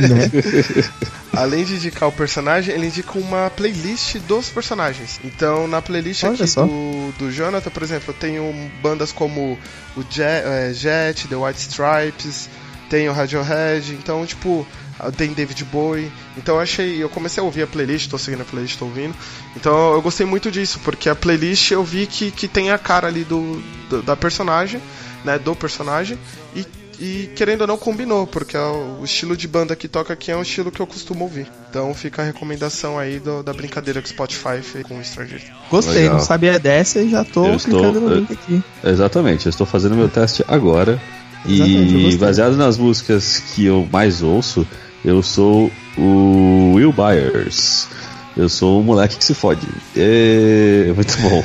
além de indicar o personagem, ele indica uma playlist dos personagens. Então, na playlist Olha aqui do, do Jonathan, por exemplo, eu tenho bandas como o Jet, é, Jet, The White Stripes, tem o Radiohead, então, tipo, tem David Bowie. Então eu achei, eu comecei a ouvir a playlist, tô seguindo a playlist, tô ouvindo. Então eu gostei muito disso, porque a playlist eu vi que, que tem a cara ali do, do da personagem, né, do personagem, e, e querendo ou não combinou, porque o estilo de banda que toca aqui é um estilo que eu costumo ouvir. Então fica a recomendação aí do, da brincadeira que o Spotify fez com o Stranger. Gostei, Legal. Não sabia dessa e já tô eu clicando estou, no link aqui. Exatamente, eu estou fazendo meu teste agora. E baseado nas músicas que eu mais ouço, eu sou o Will Byers. Eu sou o moleque que se fode. É muito bom.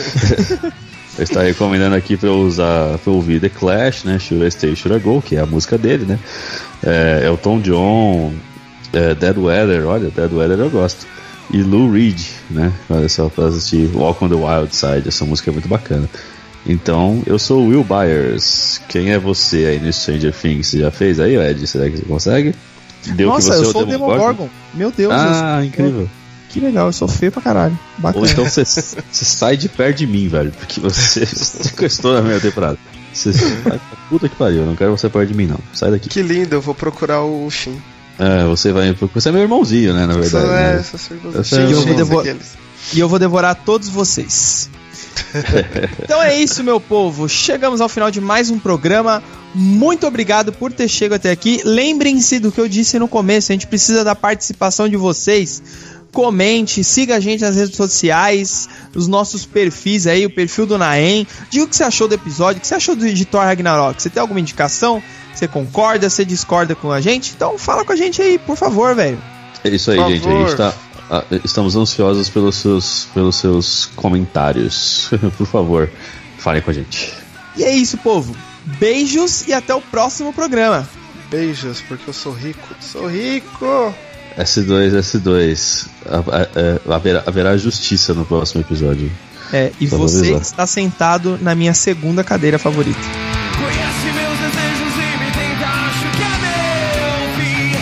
Eu estou recomendando aqui pra eu usar, pra eu ouvir The Clash, né? Should I Stay, Should I Go, que é a música dele, né? É, Elton John, é, Dead Weather, olha, Dead Weather eu gosto. E Lou Reed, né? Olha só, pra assistir Walk on the Wild Side, essa música é muito bacana. Então, eu sou o Will Byers. Quem é você aí no Stranger Things? Você já fez aí, Ed? Será que você consegue? Deu Nossa, que você eu sou o Demogorgon. Meu Deus. Ah, eu... incrível. Que legal, eu sou feio pra caralho. Bacana. Ou então você, você sai de perto de mim, velho. Porque você sequestrou na minha temporada. Você vai pra puta que pariu. Eu não quero você perto de mim, não. Sai daqui. Que lindo, eu vou procurar o Shin. É, você vai procurar. Você é meu irmãozinho, né? Na verdade. É, né? essa é, Shin, e, eu vou devor... e eu vou devorar todos vocês. Então é isso, meu povo. Chegamos ao final de mais um programa. Muito obrigado por ter chegado até aqui. Lembrem-se do que eu disse no começo. A gente precisa da participação de vocês. Comente, siga a gente nas redes sociais, os nossos perfis aí, o perfil do Naem. Diga o que você achou do episódio, o que você achou de Thor Ragnarok. Você tem alguma indicação? Você concorda? Você discorda com a gente? Então fala com a gente aí, por favor, velho. É isso aí, gente. A gente tá... Ah, estamos ansiosos pelos seus, pelos seus comentários. Por favor, falem com a gente. E é isso, povo. Beijos e até o próximo programa. Beijos, porque eu sou rico. Sou rico! S dois, S dois. Haverá, haverá justiça no próximo episódio. É, e Só você está sentado na minha segunda cadeira favorita. Conhece meus desejos e me tenta, acho que é meu fim.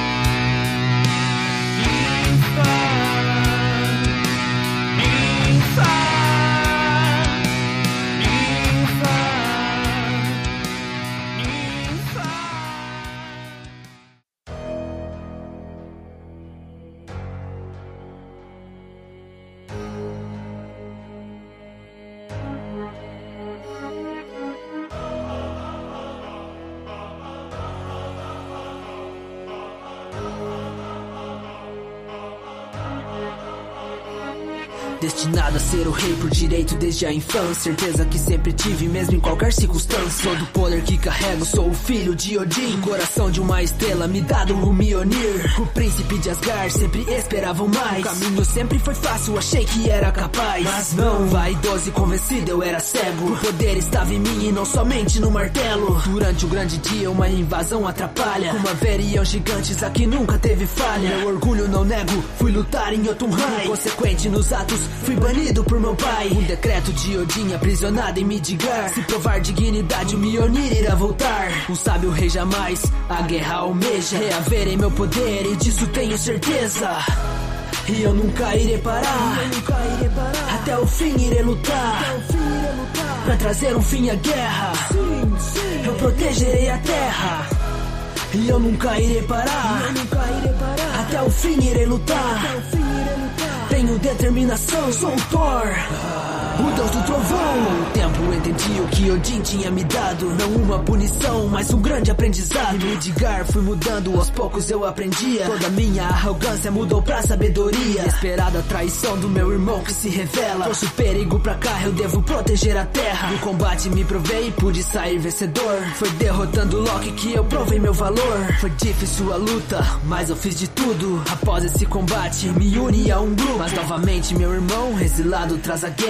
Destinado a ser o rei por direito desde a infância. Certeza que sempre tive, mesmo em qualquer circunstância. Todo poder que carrego, sou o filho de Odin. Coração de uma estrela, me dado o Mjolnir. O príncipe de Asgard, sempre esperavam mais. O caminho sempre foi fácil, achei que era capaz. Mas não, vaidoso e convencido, eu era cego. O poder estava em mim e não somente no martelo. Durante o grande dia, uma invasão atrapalha. Como haveriam gigantes, aqui nunca teve falha. Meu orgulho não nego, fui lutar em Jotunheim. Inconsequente nos atos, fui banido por meu pai. Um decreto de Odin, aprisionado em Midgard. Se provar dignidade, o Mjolnir irá voltar. Um sábio rei jamais a guerra almeja. Reaverei meu poder e disso tenho certeza. E eu nunca irei parar, eu nunca irei parar. Até o fim irei lutar, até o fim irei lutar. Pra trazer um fim à guerra. Sim, sim. Eu protegerei a terra. E eu nunca irei parar, eu nunca irei parar. Até o fim irei lutar, até o fim irei lutar. Tenho determinação, sou o Thor, o deus do trovão. Com o tempo entendi o que Odin tinha me dado. Não uma punição, mas um grande aprendizado. Em Midgard fui mudando, aos poucos eu aprendia. Toda minha arrogância mudou pra sabedoria. Inesperada traição do meu irmão que se revela. Trouxe o perigo pra cá, eu devo proteger a terra. No combate me provei e pude sair vencedor. Foi derrotando Loki que eu provei meu valor. Foi difícil a luta, mas eu fiz de tudo. Após esse combate me uni a um grupo. Mas novamente meu irmão exilado traz a guerra. Com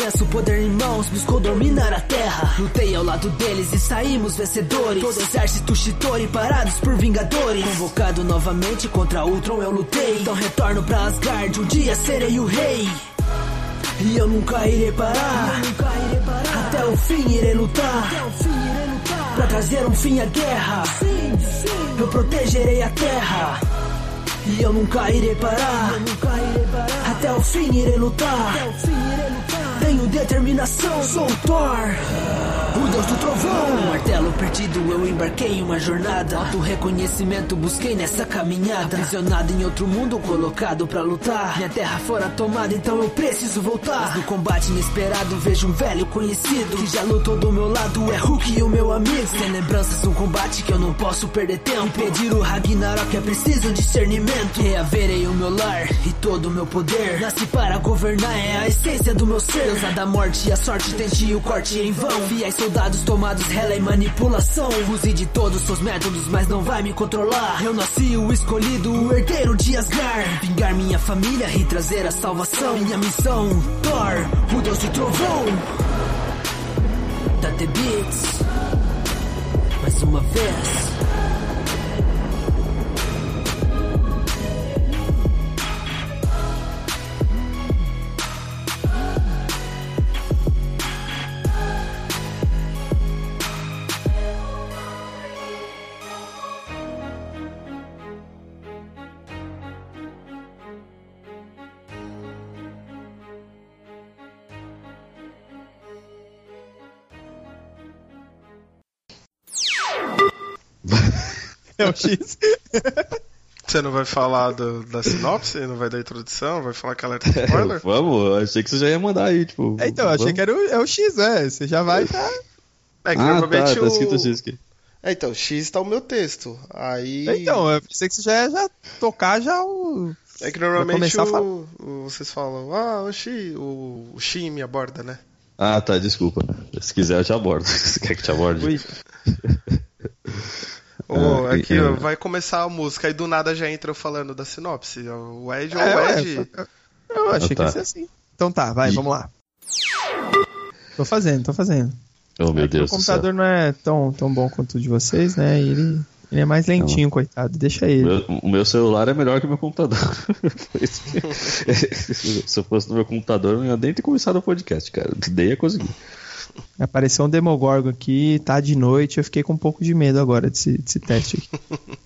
imenso poder em mãos buscou dominar a terra. Lutei ao lado deles e saímos vencedores. Todo exército Chitauri parados por vingadores. Convocado novamente contra Ultron eu lutei. Então retorno pra Asgard, um dia serei o rei. E eu nunca irei parar, nunca irei parar. Até o fim irei lutar, até o fim irei lutar. Pra trazer um fim à guerra. Sim, sim. Eu protegerei a terra. E eu nunca irei parar, eu nunca irei parar. Até o fim irei lutar, até o fim irei lutar. Tenho determinação, sou o Thor, o deus do trovão. Um martelo perdido eu embarquei em uma jornada. Auto-reconhecimento busquei nessa caminhada. Aprisionado em outro mundo, colocado pra lutar. Minha terra fora tomada, então eu preciso voltar. Mas no combate inesperado vejo um velho conhecido que já lutou do meu lado, é Hulk, o meu amigo. Sem lembranças, um combate que eu não posso perder tempo. Impedir o Ragnarok é preciso discernimento. Reaverei o meu lar e todo o meu poder. Nasci para governar, é a essência do meu ser. Deusa da morte e a sorte, tente o corte em vão. Fiéis soldados tomados, rela e manipulação. Use de todos seus métodos, mas não vai me controlar. Eu nasci o escolhido, o herdeiro de Asgard. Vingar minha família e trazer a salvação. Minha missão, Thor, o deus do trovão. Da The Beats, mais uma vez. É o X. Você não vai falar do, da sinopse? Não vai dar introdução? Vai falar que ela é spoiler? Vamos, achei que você já ia mandar aí, tipo. É, então, achei vamos. que era o, é o X, é. Você já vai tá. É que ah, normalmente tá, o... tá escrito X aqui. É, então, X tá o meu texto. Aí. Então, eu pensei que você já ia já tocar já o. É que normalmente a o, falar. o, vocês falam, ah, o Xi, o, o Xi me aborda, né? Ah, tá, desculpa. Se quiser eu te abordo. Você quer que te aborde? Ui. Oh, Ah, aqui, e- ó, vai começar a música, aí do nada já entra eu falando da sinopse. O Ed ou É, o ué, Ed. eu achei Ah, que tá. ia ser assim. Então tá, vai, E- vamos lá. Tô fazendo, tô fazendo. Oh, meu É que o Deus do céu. computador não é tão, tão bom quanto o de vocês, né? E ele, ele é mais lentinho, coitado. Deixa O ele. meu, o meu celular é melhor que o meu computador. Foi isso que- Se eu fosse no meu computador, eu ia nem ter começado o podcast, cara. Nem ia conseguir. Apareceu um Demogorgon aqui, tá de noite. Eu fiquei com um pouco de medo agora desse, desse teste aqui.